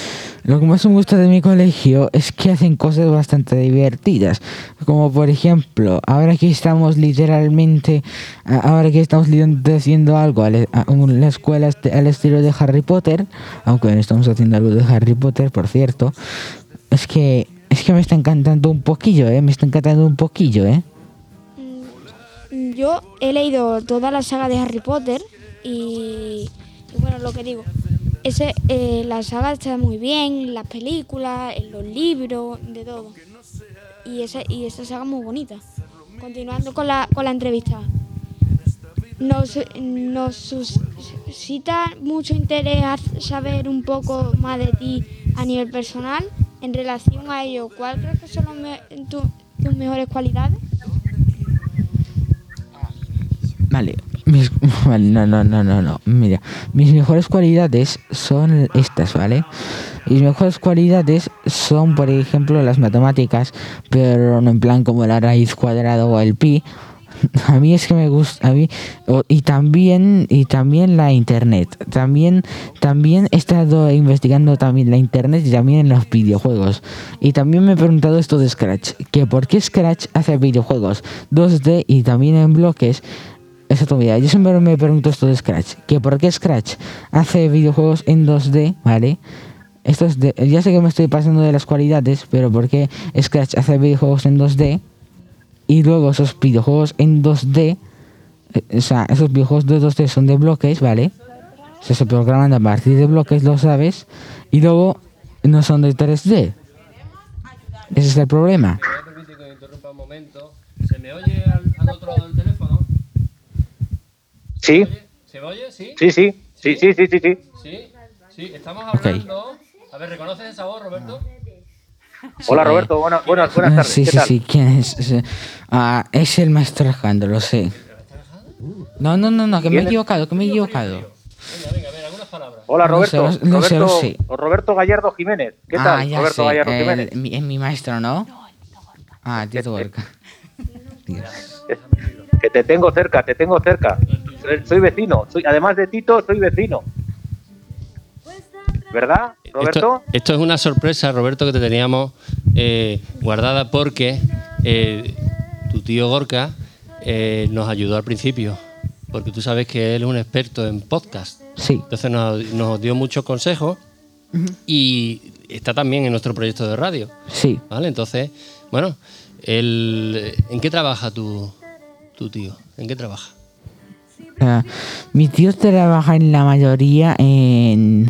Lo que más me gusta de mi colegio es que hacen cosas bastante divertidas. Como por ejemplo, ahora que estamos literalmente, ahora que estamos haciendo algo a la escuela al estilo de Harry Potter, aunque no estamos haciendo algo de Harry Potter, por cierto, es que es que me está encantando un poquillo, ¿eh? Me está encantando un poquillo, ¿eh? Yo he leído toda la saga de Harry Potter y, y bueno, lo que digo, ese, eh, la saga está muy bien, las películas, los libros, de todo. Y esa, y esa saga es muy bonita. Continuando con la, con la entrevista. Nos, nos suscita mucho interés a saber un poco más de ti a nivel personal. En relación a ello, ¿cuál crees que son los me, tu, tus mejores cualidades? Vale, mis, vale, no, no, no, no, no, mira, mis mejores cualidades son estas, ¿vale? Mis mejores cualidades son, por ejemplo, las matemáticas, pero no en plan como la raíz cuadrada o el pi. A mí es que me gusta, a mí, o, y también, y también la internet, también, también he estado investigando también la internet y también en los videojuegos. Y también me he preguntado esto de Scratch, que por qué Scratch hace videojuegos dos D y también en bloques. Exacto, mira, yo siempre me pregunto esto de Scratch, que por qué Scratch hace videojuegos en dos D, ¿vale? Esto es de, ya sé que me estoy pasando de las cualidades, pero por qué Scratch hace videojuegos en dos D y luego esos videojuegos en dos D, o sea, esos videojuegos de dos D son de bloques, ¿vale? O sea, se programan a partir de bloques, lo sabes, y luego no son de tres D. Ese es el problema. ¿Me permite que me interrumpa un momento? ¿Se me oye al, al otro lado del teléfono? Sí. ¿Se me oye? ¿Sí? Sí, sí, sí, sí, sí, sí, sí. Sí, sí, estamos hablando. A ver, ¿reconoces esa voz, Roberto? Hola, Roberto, buena, buenas, buenas tardes. Sí, ¿Qué sí, tal? sí, ¿quién es? Sí. Ah, es el maestro Alejandro, lo sé. No, no, no, no, que me he equivocado, que me he equivocado. Hola, Roberto. No sé, no sé, Roberto, lo sé. Roberto Gallardo Jiménez. ¿Qué Ah, tal, ya Roberto sé, Gallardo el- Jiménez? mi- es mi maestro, ¿no? Ah, Tito Gorka. Que te tengo cerca, te tengo cerca. Soy- Soy vecino. Soy, además de Tito, soy vecino. ¿Verdad, Roberto? Esto, esto es una sorpresa, Roberto, que te teníamos eh, guardada porque eh, tu tío Gorka eh, nos ayudó al principio, porque tú sabes que él es un experto en podcast. Sí. Entonces nos, nos dio muchos consejos y está también en nuestro proyecto de radio. Sí. ¿Vale? Entonces, bueno, él, ¿en qué trabaja tu, tu tío? ¿En qué trabaja? Ah, mi tío trabaja en la mayoría en...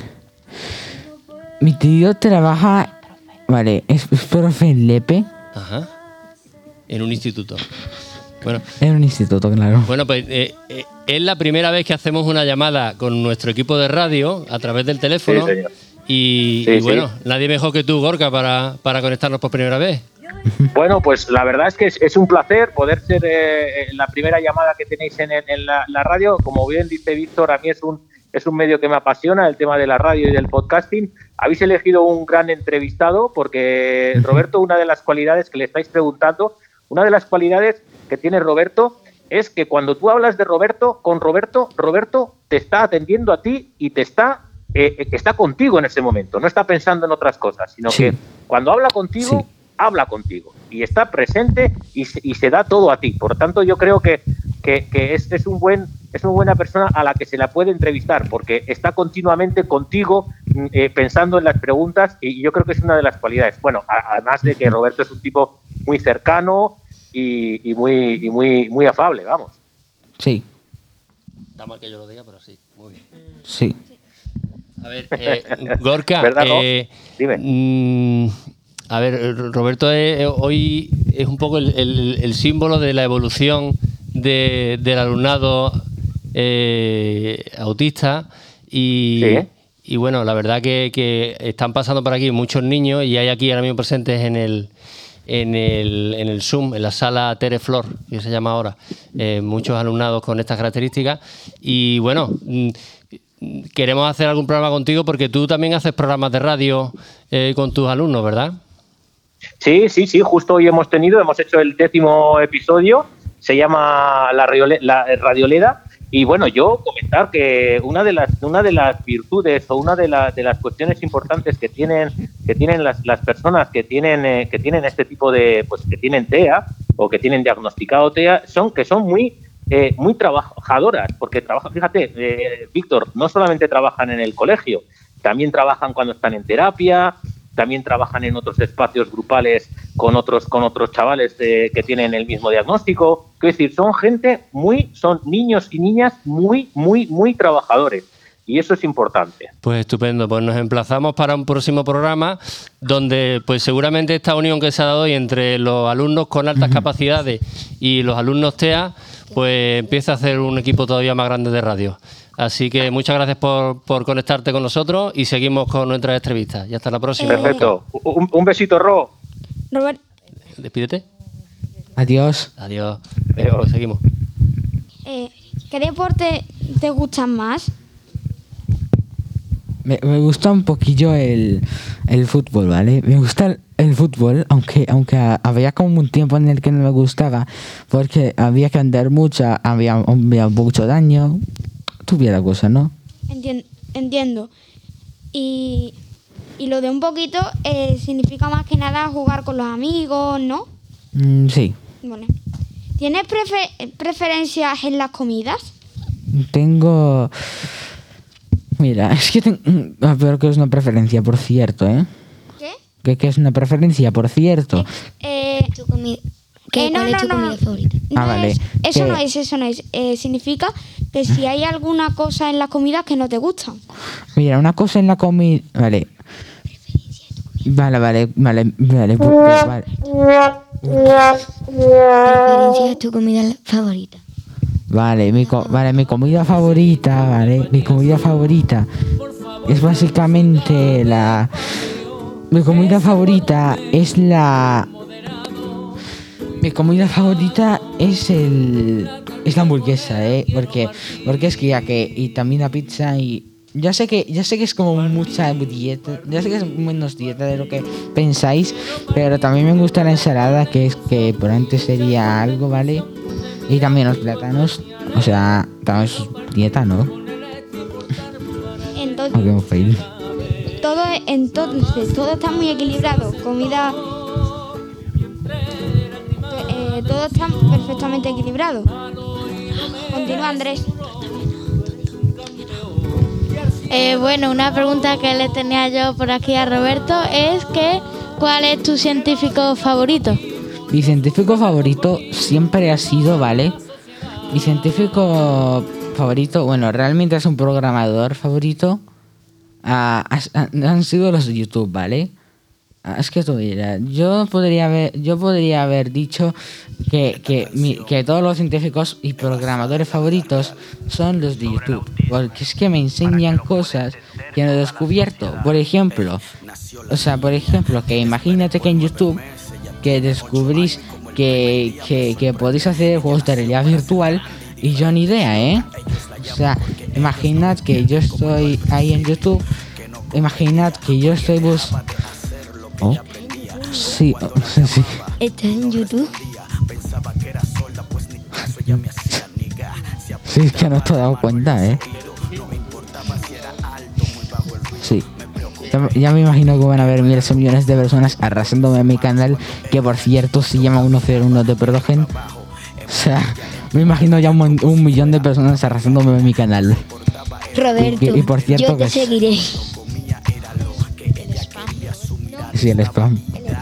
Mi tío trabaja... Vale, es, es profe en Lepe. Ajá. En un instituto. Bueno, En un instituto, claro. Bueno, pues eh, eh, es la primera vez que hacemos una llamada con nuestro equipo de radio a través del teléfono. Sí, señor. Y, Sí, y sí. bueno, nadie mejor que tú, Gorka, para, para conectarnos por primera vez. Bueno, pues la verdad es que es, es un placer poder ser eh, la primera llamada que tenéis en, en la, la radio. Como bien dice Víctor, a mí es un, es un medio que me apasiona, el tema de la radio y del podcasting. Habéis elegido un gran entrevistado porque, Roberto, una de las cualidades que le estáis preguntando, una de las cualidades que tiene Roberto es que cuando tú hablas de Roberto, con Roberto, Roberto te está atendiendo a ti y te está, eh, está contigo en ese momento, no está pensando en otras cosas, sino Sí. que cuando habla contigo, Sí. habla contigo y está presente y se, y se da todo a ti. Por tanto, yo creo que, que, que es, es, un buen, es una buena persona a la que se la puede entrevistar porque está continuamente contigo eh, pensando en las preguntas y yo creo que es una de las cualidades. Bueno, a- además de que Roberto es un tipo muy cercano y, y muy, y muy, muy afable, vamos. Sí, Está mal que yo lo diga, pero sí, muy bien. sí. A ver, eh, Gorka, ¿Verdad, Ro? eh, Dime. mm, a ver, Roberto es- hoy es un poco el, el- el símbolo de la evolución de- del alumnado eh, autista y, Sí. y bueno, la verdad que, que están pasando por aquí muchos niños y hay aquí ahora mismo presentes en el en el, en el Zoom, en la sala Tere Flor, que se llama ahora, eh, muchos alumnados con estas características y bueno, mm, queremos hacer algún programa contigo porque tú también haces programas de radio eh, con tus alumnos, ¿verdad? Sí, sí, sí, justo hoy hemos tenido, hemos hecho el décimo episodio, se llama La, Radiole- la Radioleda Y bueno, yo comentar que una de las una de las virtudes o una de, la, de las cuestiones importantes que tienen que tienen las, las personas que tienen eh, que tienen este tipo de pues que tienen T E A o que tienen diagnosticado T E A son que son muy eh, muy trabajadoras, porque trabajan, fíjate, eh, Víctor, no solamente trabajan en el colegio, también trabajan cuando están en terapia, también trabajan en otros espacios grupales con otros con otros chavales eh, que tienen el mismo diagnóstico. Es decir, son gente muy, son niños y niñas muy, muy, muy trabajadores. Y eso es importante. Pues estupendo, pues nos emplazamos para un próximo programa donde pues seguramente esta unión que se ha dado hoy entre los alumnos con altas uh-huh. capacidades y los alumnos T E A, pues empieza a hacer un equipo todavía más grande de radio. Así que muchas gracias por, por conectarte con nosotros y seguimos con nuestras entrevistas. Y hasta la próxima. Perfecto. Un, un besito, Ro. Robert. Despídete. Adiós. Adiós. Adiós. Seguimos. Eh, ¿Qué deporte te gustan más? Me, me gusta un poquillo el, el fútbol, ¿vale? Me gusta el, el fútbol, aunque aunque había como un tiempo en el que no me gustaba, porque había que andar mucho, había, había mucho daño. Tuviera cosa, ¿no? Entien- entiendo. Y, y lo de un poquito eh, significa más que nada jugar con los amigos, ¿no? Mm, sí. Vale. ¿Tienes prefe- preferencias en las comidas? Tengo... Mira, es que tengo... Pero que es una preferencia, por cierto, ¿eh? ¿Qué? Que, que es una preferencia, por cierto. Eh, ¿Tu comida? ¿Qué, eh, no, ¿Cuál no, es tu no, comida favorita? no Ah, vale. es- eso Que- no es, eso no es. Eh, significa que si hay alguna cosa en las comidas que no te gustan. Mira, una cosa en la comida... Vale. Vale, vale, vale, vale. vale. ¿Preferencia es tu comida favorita? Vale, mi, co- vale, mi comida favorita, vale, mi comida favorita es básicamente la... Mi comida favorita es la... Mi comida favorita es el... Es la hamburguesa, ¿eh? Porque, porque es que ya que... Y también la pizza y... Ya sé que ya sé que es como mucha dieta, ya sé que es menos dieta de lo que pensáis, pero también me gusta la ensalada, que es que por antes sería algo, ¿vale? Y también los plátanos, o sea, también es dieta, ¿no? Entonces, Aunque un fail. todo, entonces, todo está muy equilibrado. Comida... eh, todo está perfectamente equilibrado. Continúa, Andrés. Eh, bueno, una pregunta que le tenía yo por aquí a Roberto es que ¿cuál es tu científico favorito? Mi científico favorito siempre ha sido, ¿vale? Mi científico favorito, bueno, realmente es un programador favorito. Ah, has- han han sido los de YouTube, ¿vale? Ah, es que tú mira, yo podría haber, yo podría haber dicho que, que, mi- que todos los científicos y programadores favoritos son los de YouTube, porque es que me enseñan cosas que no he descubierto. Por ejemplo, o sea, por ejemplo, que imagínate que en YouTube que descubrís que, que, que podéis hacer juegos de realidad virtual y yo ni idea, ¿eh? O sea, imaginad que yo estoy ahí en YouTube, imaginad que yo estoy bus... Oh. Sí, oh, sí, sí. ¿Estás en YouTube? Sí, es que no te he dado cuenta, ¿eh? Sí. Ya, ya me imagino que van a haber miles y millones de personas arrasándome en mi canal, que por cierto se llama uno cero uno de Perdogen. O sea, me imagino ya un, mon- un millón de personas arrasándome en mi canal. Roberto, Y- y por cierto yo te que- seguiré. Sí, el spam.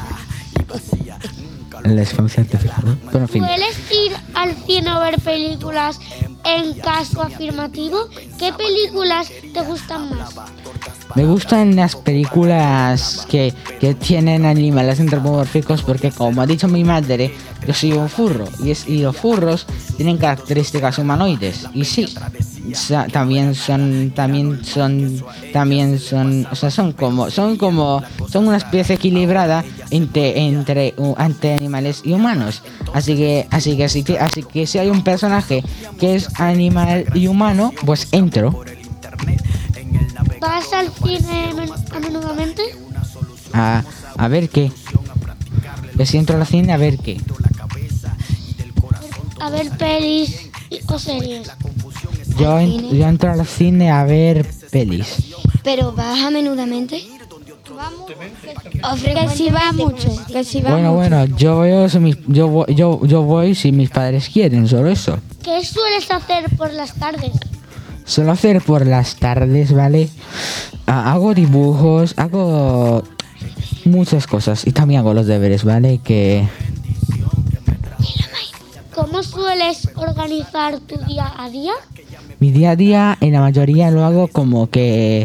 El spam certificado. Pero en fin. ¿Sueles ir al cine a ver películas en caso afirmativo? ¿Qué películas te gustan más? Me gustan las películas que, que tienen animales antropomórficos porque, como ha dicho mi madre, yo soy un furro y, es, y los furros tienen características humanoides. Y sí, o sea, también son, también son, también son, o sea, son como, son como, son una especie equilibrada entre, entre, uh, entre animales y humanos. Así que, así que, así que, así que si hay un personaje que es animal y humano, pues entro. ¿Vas al cine men- a menudamente? A, a ver qué. Que si entro a la cine a ver qué. A ver pelis y- o series. yo, ¿Al en- cine? yo entro al cine a ver pelis. ¿Pero vas a menudamente? Que si va mucho, que si va Bueno, mucho. bueno, yo veo si mis, yo, voy- yo, yo voy si mis padres quieren, solo eso. ¿Qué sueles hacer por las tardes? Suelo hacer por las tardes, ¿vale? Ah, hago dibujos, hago muchas cosas y también hago los deberes, ¿vale? Que ¿Cómo sueles organizar tu día a día? mi día a día en la mayoría lo hago como que...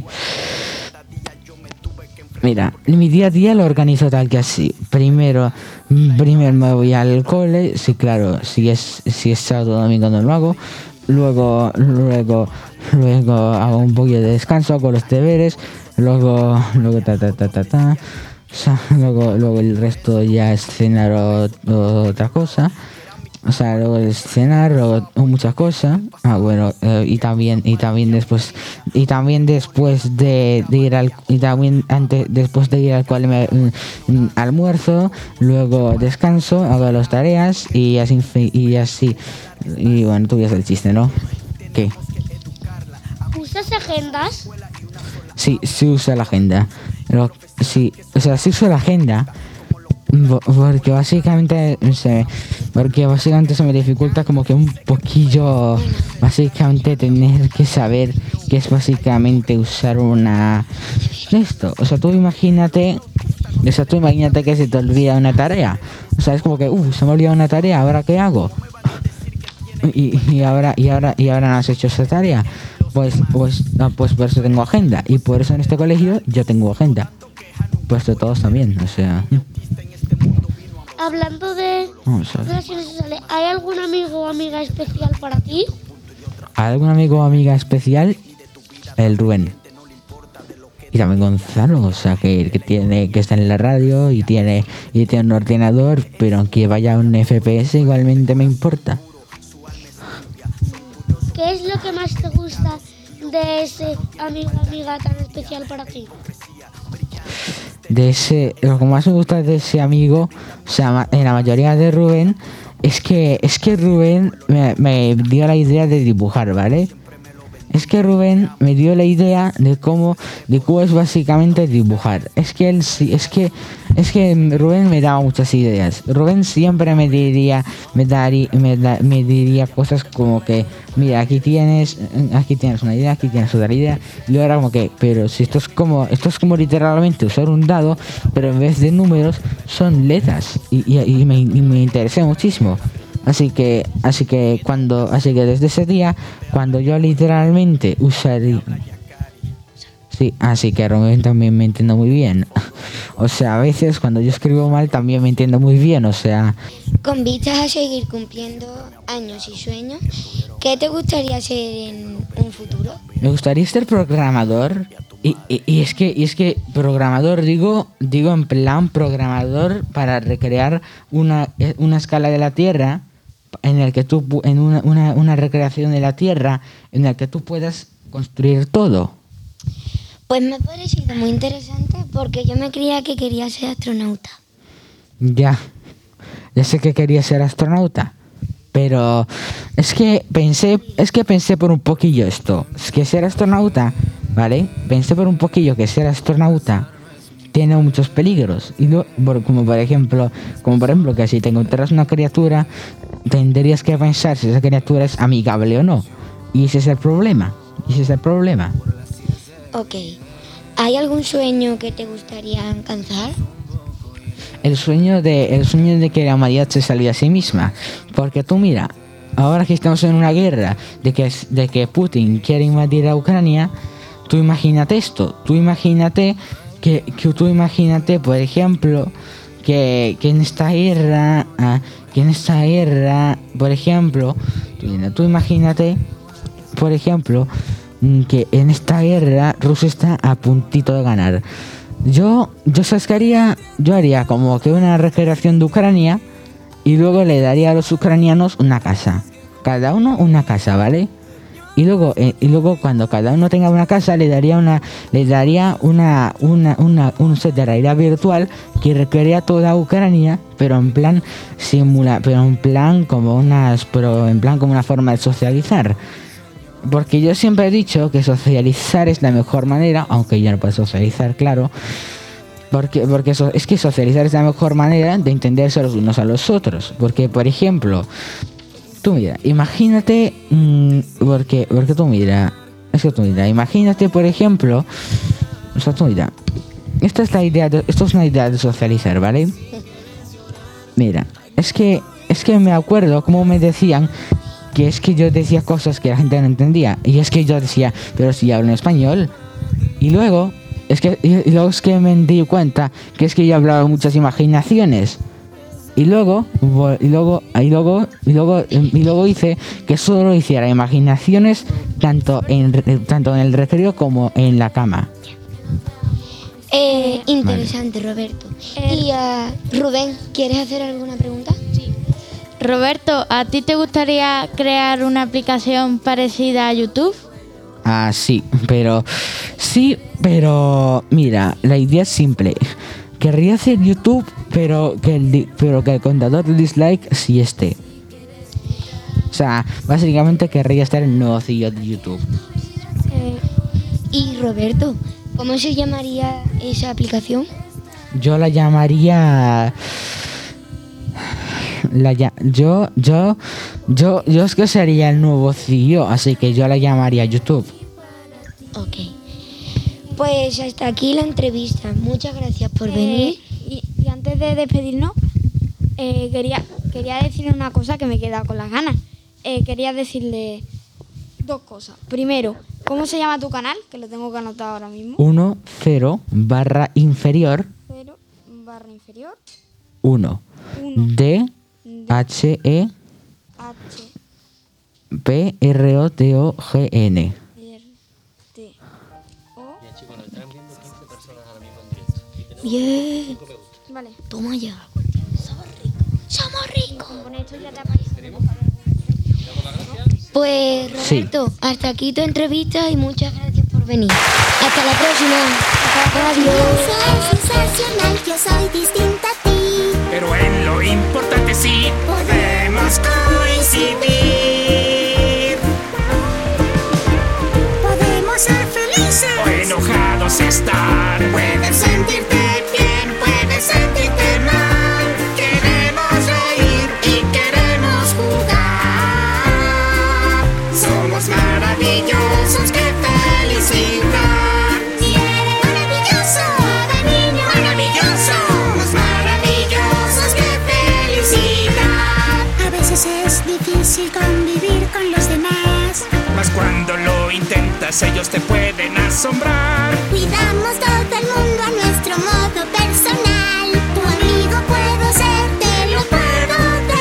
Mira, mi día a día lo organizo tal que así. Primero, primero me voy al cole, sí, claro, si es si es sábado o domingo no lo hago. Luego, luego, luego hago un poquito de descanso, hago los deberes, luego, luego ta ta ta ta ta. O sea, luego, luego el resto ya es cenar o, o otra cosa. O sea, luego es cenar o, o muchas cosas. Ah, bueno, eh, y también y también después y también después de, de ir al y también antes después de ir al cole me mm, mm, almuerzo, luego descanso, hago las tareas y así fi- y así y bueno, tú ya sabes el chiste, ¿no? ¿Qué? ¿Usas agendas? Sí, sí uso la agenda. Lo- sí, o sea, sí uso la agenda. bo- Porque básicamente se, porque básicamente se me dificulta como que un poquillo básicamente tener que saber qué es básicamente usar una esto. O sea, tú imagínate, o sea, tú imagínate que se te olvida una tarea. O sea, es como que, uh, se me olvida una tarea, ¿ahora qué hago? Y, y ahora y ahora y ahora no has hecho esa tarea. Pues pues no, pues por eso tengo agenda y por eso en este colegio yo tengo agenda. Pues de todos también, o sea, Hablando de vamos a ver. relaciones sociales, ¿hay algún amigo o amiga especial para ti? ¿Algún amigo o amiga especial? El Rubén. Y también Gonzalo, o sea, que, que tiene que está en la radio y tiene y tiene un ordenador, pero aunque vaya a un F P S igualmente me importa. ¿Qué es lo que más te gusta de ese amigo o amiga tan especial para ti? De ese, lo que más me gusta de ese amigo, o sea, ma- en la mayoría de Rubén, es que es que Rubén me, me dio la idea de dibujar, ¿vale? Es que Rubén me dio la idea de cómo, de cómo es básicamente dibujar. Es que él sí, es que, es que Rubén me daba muchas ideas. Rubén siempre me diría, me daría, me, da- me diría cosas como que, mira, aquí tienes, aquí tienes una idea, aquí tienes otra idea. Y luego era como que, pero si esto es como, esto es como literalmente usar un dado, pero en vez de números son letras. Y, y, y me, y me interesé muchísimo. Así que, así que cuando, así que desde ese día, cuando yo literalmente usaría, sí, así que Rubén también me entiendo muy bien. O sea, a veces cuando yo escribo mal también me entiendo muy bien, o sea, Con vistas a seguir cumpliendo años y sueños, ¿qué te gustaría ser en un futuro? me gustaría ser programador. Y, y, y es que, y es que programador digo, digo en plan programador para recrear una, eh, una escala de la Tierra en el que tú pu- en una, una, una recreación de la Tierra en el que tú puedas construir todo. Pues me ha parecido muy interesante porque yo me creía que quería ser astronauta. Ya, ya sé que quería ser astronauta, pero es que pensé, es que pensé por un poquillo esto, es que ser astronauta, ¿vale? Pensé por un poquillo que ser astronauta tiene muchos peligros, y lo- por- como por ejemplo, como por ejemplo que si te encontraras una criatura, tendrías que pensar si esa criatura es amigable o no, y ese es el problema, y ese es el problema. Ok. ¿Hay algún sueño que te gustaría alcanzar? El sueño de el sueño de que la humanidad se salve a sí misma, porque tú mira, ahora que estamos en una guerra de que de que Putin quiere invadir a Ucrania, tú imagínate esto, tú imagínate que, que tú imagínate, por ejemplo, que, que en esta guerra, ah, que en esta guerra, por ejemplo, tú, tú imagínate, por ejemplo, mm, que en esta guerra Rusia está a puntito de ganar. Yo, yo sabes qué haría, yo haría como que una recreación de Ucrania y luego le daría a los ucranianos una casa, cada uno una casa, ¿vale? Y luego, eh, y luego cuando cada uno tenga una casa le daría una, le daría una, una, una, un set de realidad virtual que recrearía toda Ucrania, pero en plan simula, pero en plan como unas, pero en plan como una forma de socializar. porque yo siempre he dicho que socializar es la mejor manera, aunque ya no puedo socializar, claro. Porque, porque eso, es que socializar es la mejor manera de entenderse los unos a los otros. Porque, por ejemplo, tú mira, imagínate, mmm, porque, porque tú mira, es que tú mira, imagínate, por ejemplo, o sea, tú mira, esta es la idea, de, esto es una idea de socializar, ¿vale? Mira, es que, es que me acuerdo cómo me decían que es que yo decía cosas que la gente no entendía. Y es que yo decía, pero si hablo en español. Y luego... Es que, y luego es que me di cuenta que es que yo hablaba muchas imaginaciones. Y luego, y luego, y luego, y luego, y luego hice que solo hiciera imaginaciones tanto en, tanto en el recreo como en la cama. Eh, interesante, vale. Roberto. Eh, y uh, Rubén, ¿quieres hacer alguna pregunta? Sí. Roberto, ¿a ti te gustaría crear una aplicación parecida a YouTube? Ah, sí, pero... Sí, pero... Mira, la idea es simple. Querría hacer YouTube, pero que el, pero que el contador de dislike sí esté. O sea, básicamente querría estar en el nuevo C E O de YouTube. Eh, y Roberto, ¿cómo se llamaría esa aplicación? Yo la llamaría... La ya, yo, yo, yo, yo es que sería el nuevo C E O, así que yo la llamaría YouTube. Ok. Pues hasta aquí la entrevista. Muchas gracias por eh, venir. Y, y antes de despedirnos, eh, quería, quería decirle una cosa que me he quedado con las ganas. Eh, quería decirle dos cosas. Primero, ¿cómo se llama tu canal? Que lo tengo que anotar ahora mismo. uno, cero, barra inferior. cero, barra inferior. uno. D, H, E, P, R, O, T, O, G, N. Bien. Vale. Toma ya. Somos ricos. Somos ricos. Con esto ya te apareceremos. Pues Roberto, sí. Hasta aquí tu entrevista y muchas gracias por venir. Hasta la próxima. Adiós. Es sensacional, yo soy distinta a ti. Pero en lo importante sí podemos coincidir. Podemos ser felices o enojados estar. Puedes sentirte bien, puedes sentirte mal. Queremos reír y queremos jugar. Somos maravillosos, qué felicidad. Si eres maravilloso, de niño maravilloso. Somos maravillosos, qué felicidad. A veces es difícil convivir con los demás, mas cuando lo intentas ellos te pueden asombrar. Cuidamos todo el mundo a nuestro modo personal. Tu amigo puedo ser, te lo puedo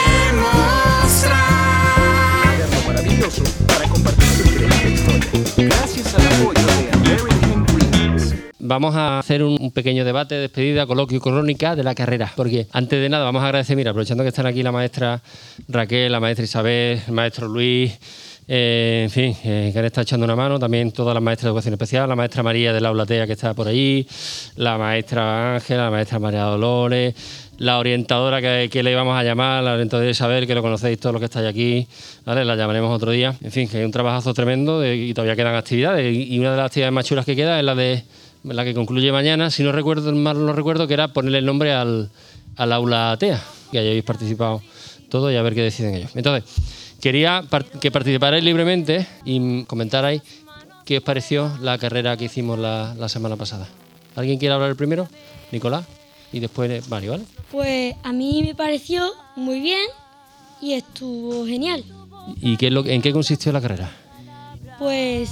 demostrar. Algo maravilloso para compartir tu increíble historia. Gracias al apoyo de American Greens. Vamos a hacer un, un pequeño debate, despedida, coloquio y crónica de la carrera. Porque antes de nada vamos a agradecer, mira, aprovechando que están aquí la maestra Raquel, la maestra Isabel, el maestro Luis, Eh, en fin, eh, que han estado echando una mano, también todas las maestras de educación especial, la maestra María del aula T E A que está por allí, la maestra Ángela, la maestra María Dolores, la orientadora que, que le íbamos a llamar, la orientadora Isabel, que lo conocéis todos los que estáis aquí, ¿vale? La llamaremos otro día. En fin, que hay un trabajazo tremendo de, y todavía quedan actividades, y una de las actividades más chulas que queda es la de la que concluye mañana, si no recuerdo mal no recuerdo, que era ponerle el nombre al, al aula T E A, que hayáis participado todos y a ver qué deciden ellos. Entonces, quería que participarais libremente y comentarais qué os pareció la carrera que hicimos la, la semana pasada. ¿Alguien quiere hablar el primero? Nicolás. Y después Mario, ¿vale? Pues a mí me pareció muy bien y estuvo genial. ¿Y qué es lo, en qué consistió la carrera? Pues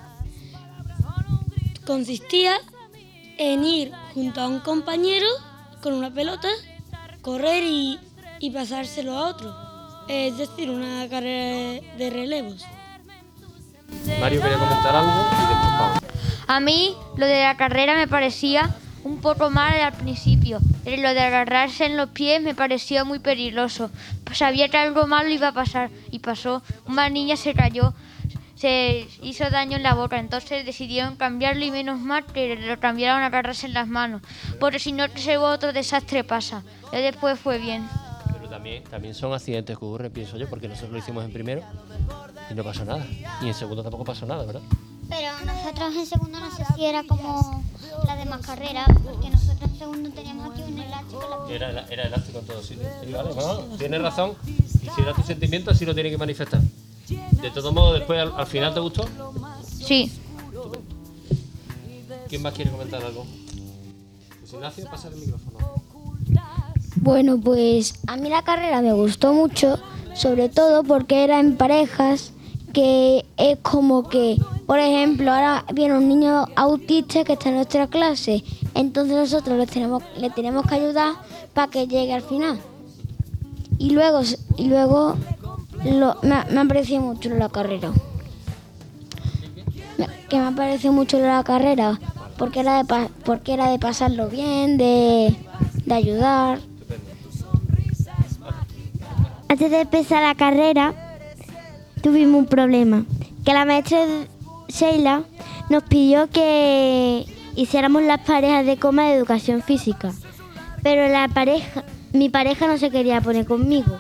consistía en ir junto a un compañero con una pelota, correr y, y pasárselo a otro. Es decir, una carrera de relevos. Mario quería comentar algo y después Pablo. A mí lo de la carrera me parecía un poco mal al principio. Lo de agarrarse en los pies me pareció muy peligroso. Sabía que algo malo iba a pasar y pasó. Una niña se cayó, se hizo daño en la boca, entonces decidieron cambiarlo y menos mal que lo cambiaron a agarrarse en las manos. Porque si no, seguro otro desastre pasa. Y después fue bien. También, también son accidentes que ocurren, pienso yo, porque nosotros lo hicimos en primero Y no pasó nada. Y en segundo tampoco pasó nada, ¿verdad? Pero nosotros en segundo no sé si era como la demás carreras, porque nosotros en segundo teníamos aquí un elástico. La... Era, era elástico en todos sitios. Sí, vale, bueno, tienes razón. Y si era tu sentimiento, así lo tienes que manifestar. De todos modos, después, al, al final, ¿te gustó? Sí. ¿Quién más quiere comentar algo? Pues Ignacio, pasa el micrófono. Bueno, pues a mí la carrera me gustó mucho, sobre todo porque era en parejas, que es como que, por ejemplo, ahora viene un niño autista que está en nuestra clase, entonces nosotros le tenemos, le tenemos que ayudar para que llegue al final. Y luego, y luego lo, me, me ha parecido mucho la carrera. Me- Que me ha parecido mucho la carrera, porque era de, pa- porque era de pasarlo bien, de, de ayudar. Antes de empezar la carrera, tuvimos un problema. Que la maestra Sheila nos pidió que hiciéramos las parejas de coma de educación física. Pero la pareja, mi pareja no se quería poner conmigo.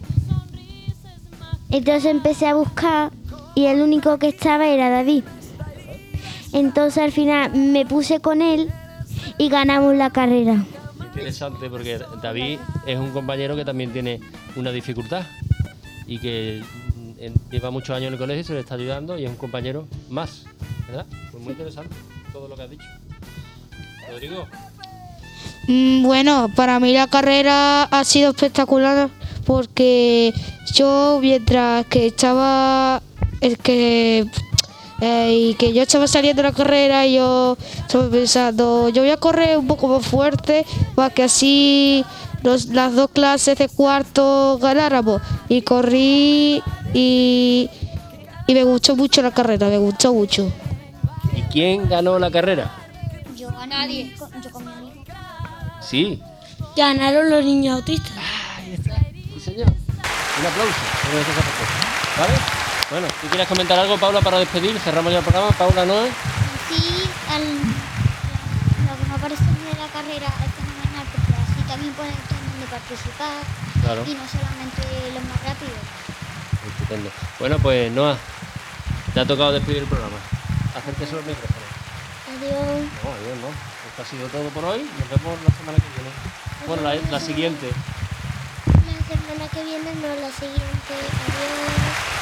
Entonces empecé a buscar y el único que estaba era David. Entonces al final me puse con él y ganamos la carrera. Interesante, porque David es un compañero que también tiene una dificultad y que en- lleva muchos años en el colegio y se le está ayudando y es un compañero más, ¿verdad? Pues muy interesante todo lo que has dicho. Rodrigo. Mm, Bueno, para mí la carrera ha sido espectacular porque yo mientras que estaba el que eh, y que yo estaba saliendo de la carrera y yo estaba pensando yo voy a correr un poco más fuerte para que así los- las dos clases de cuarto ganáramos y corrí y, y me gustó mucho la carrera, me gustó mucho. ¿Y quién ganó la carrera? Yo gané. Nadie. Yo con mi amigo. Sí. Ganaron los niños autistas. Sí, señor. Un aplauso. por esa respuesta. ¿Vale? Bueno, ¿tú quieres comentar algo, Paula, para despedir? Cerramos ya el programa. Paula, ¿no es? Sí, al- lo que me parece de la carrera es fenomenal porque así también pueden también participar Claro. y no solamente los más rápidos. Estupendo. Bueno, pues Noa, te ha tocado despedir el programa. Acérquese al micrófono. Adiós. No, adiós, no. Esto ha sido todo por hoy. Nos vemos la semana que viene. Bueno, la, la siguiente. La semana que viene, no la siguiente. Adiós.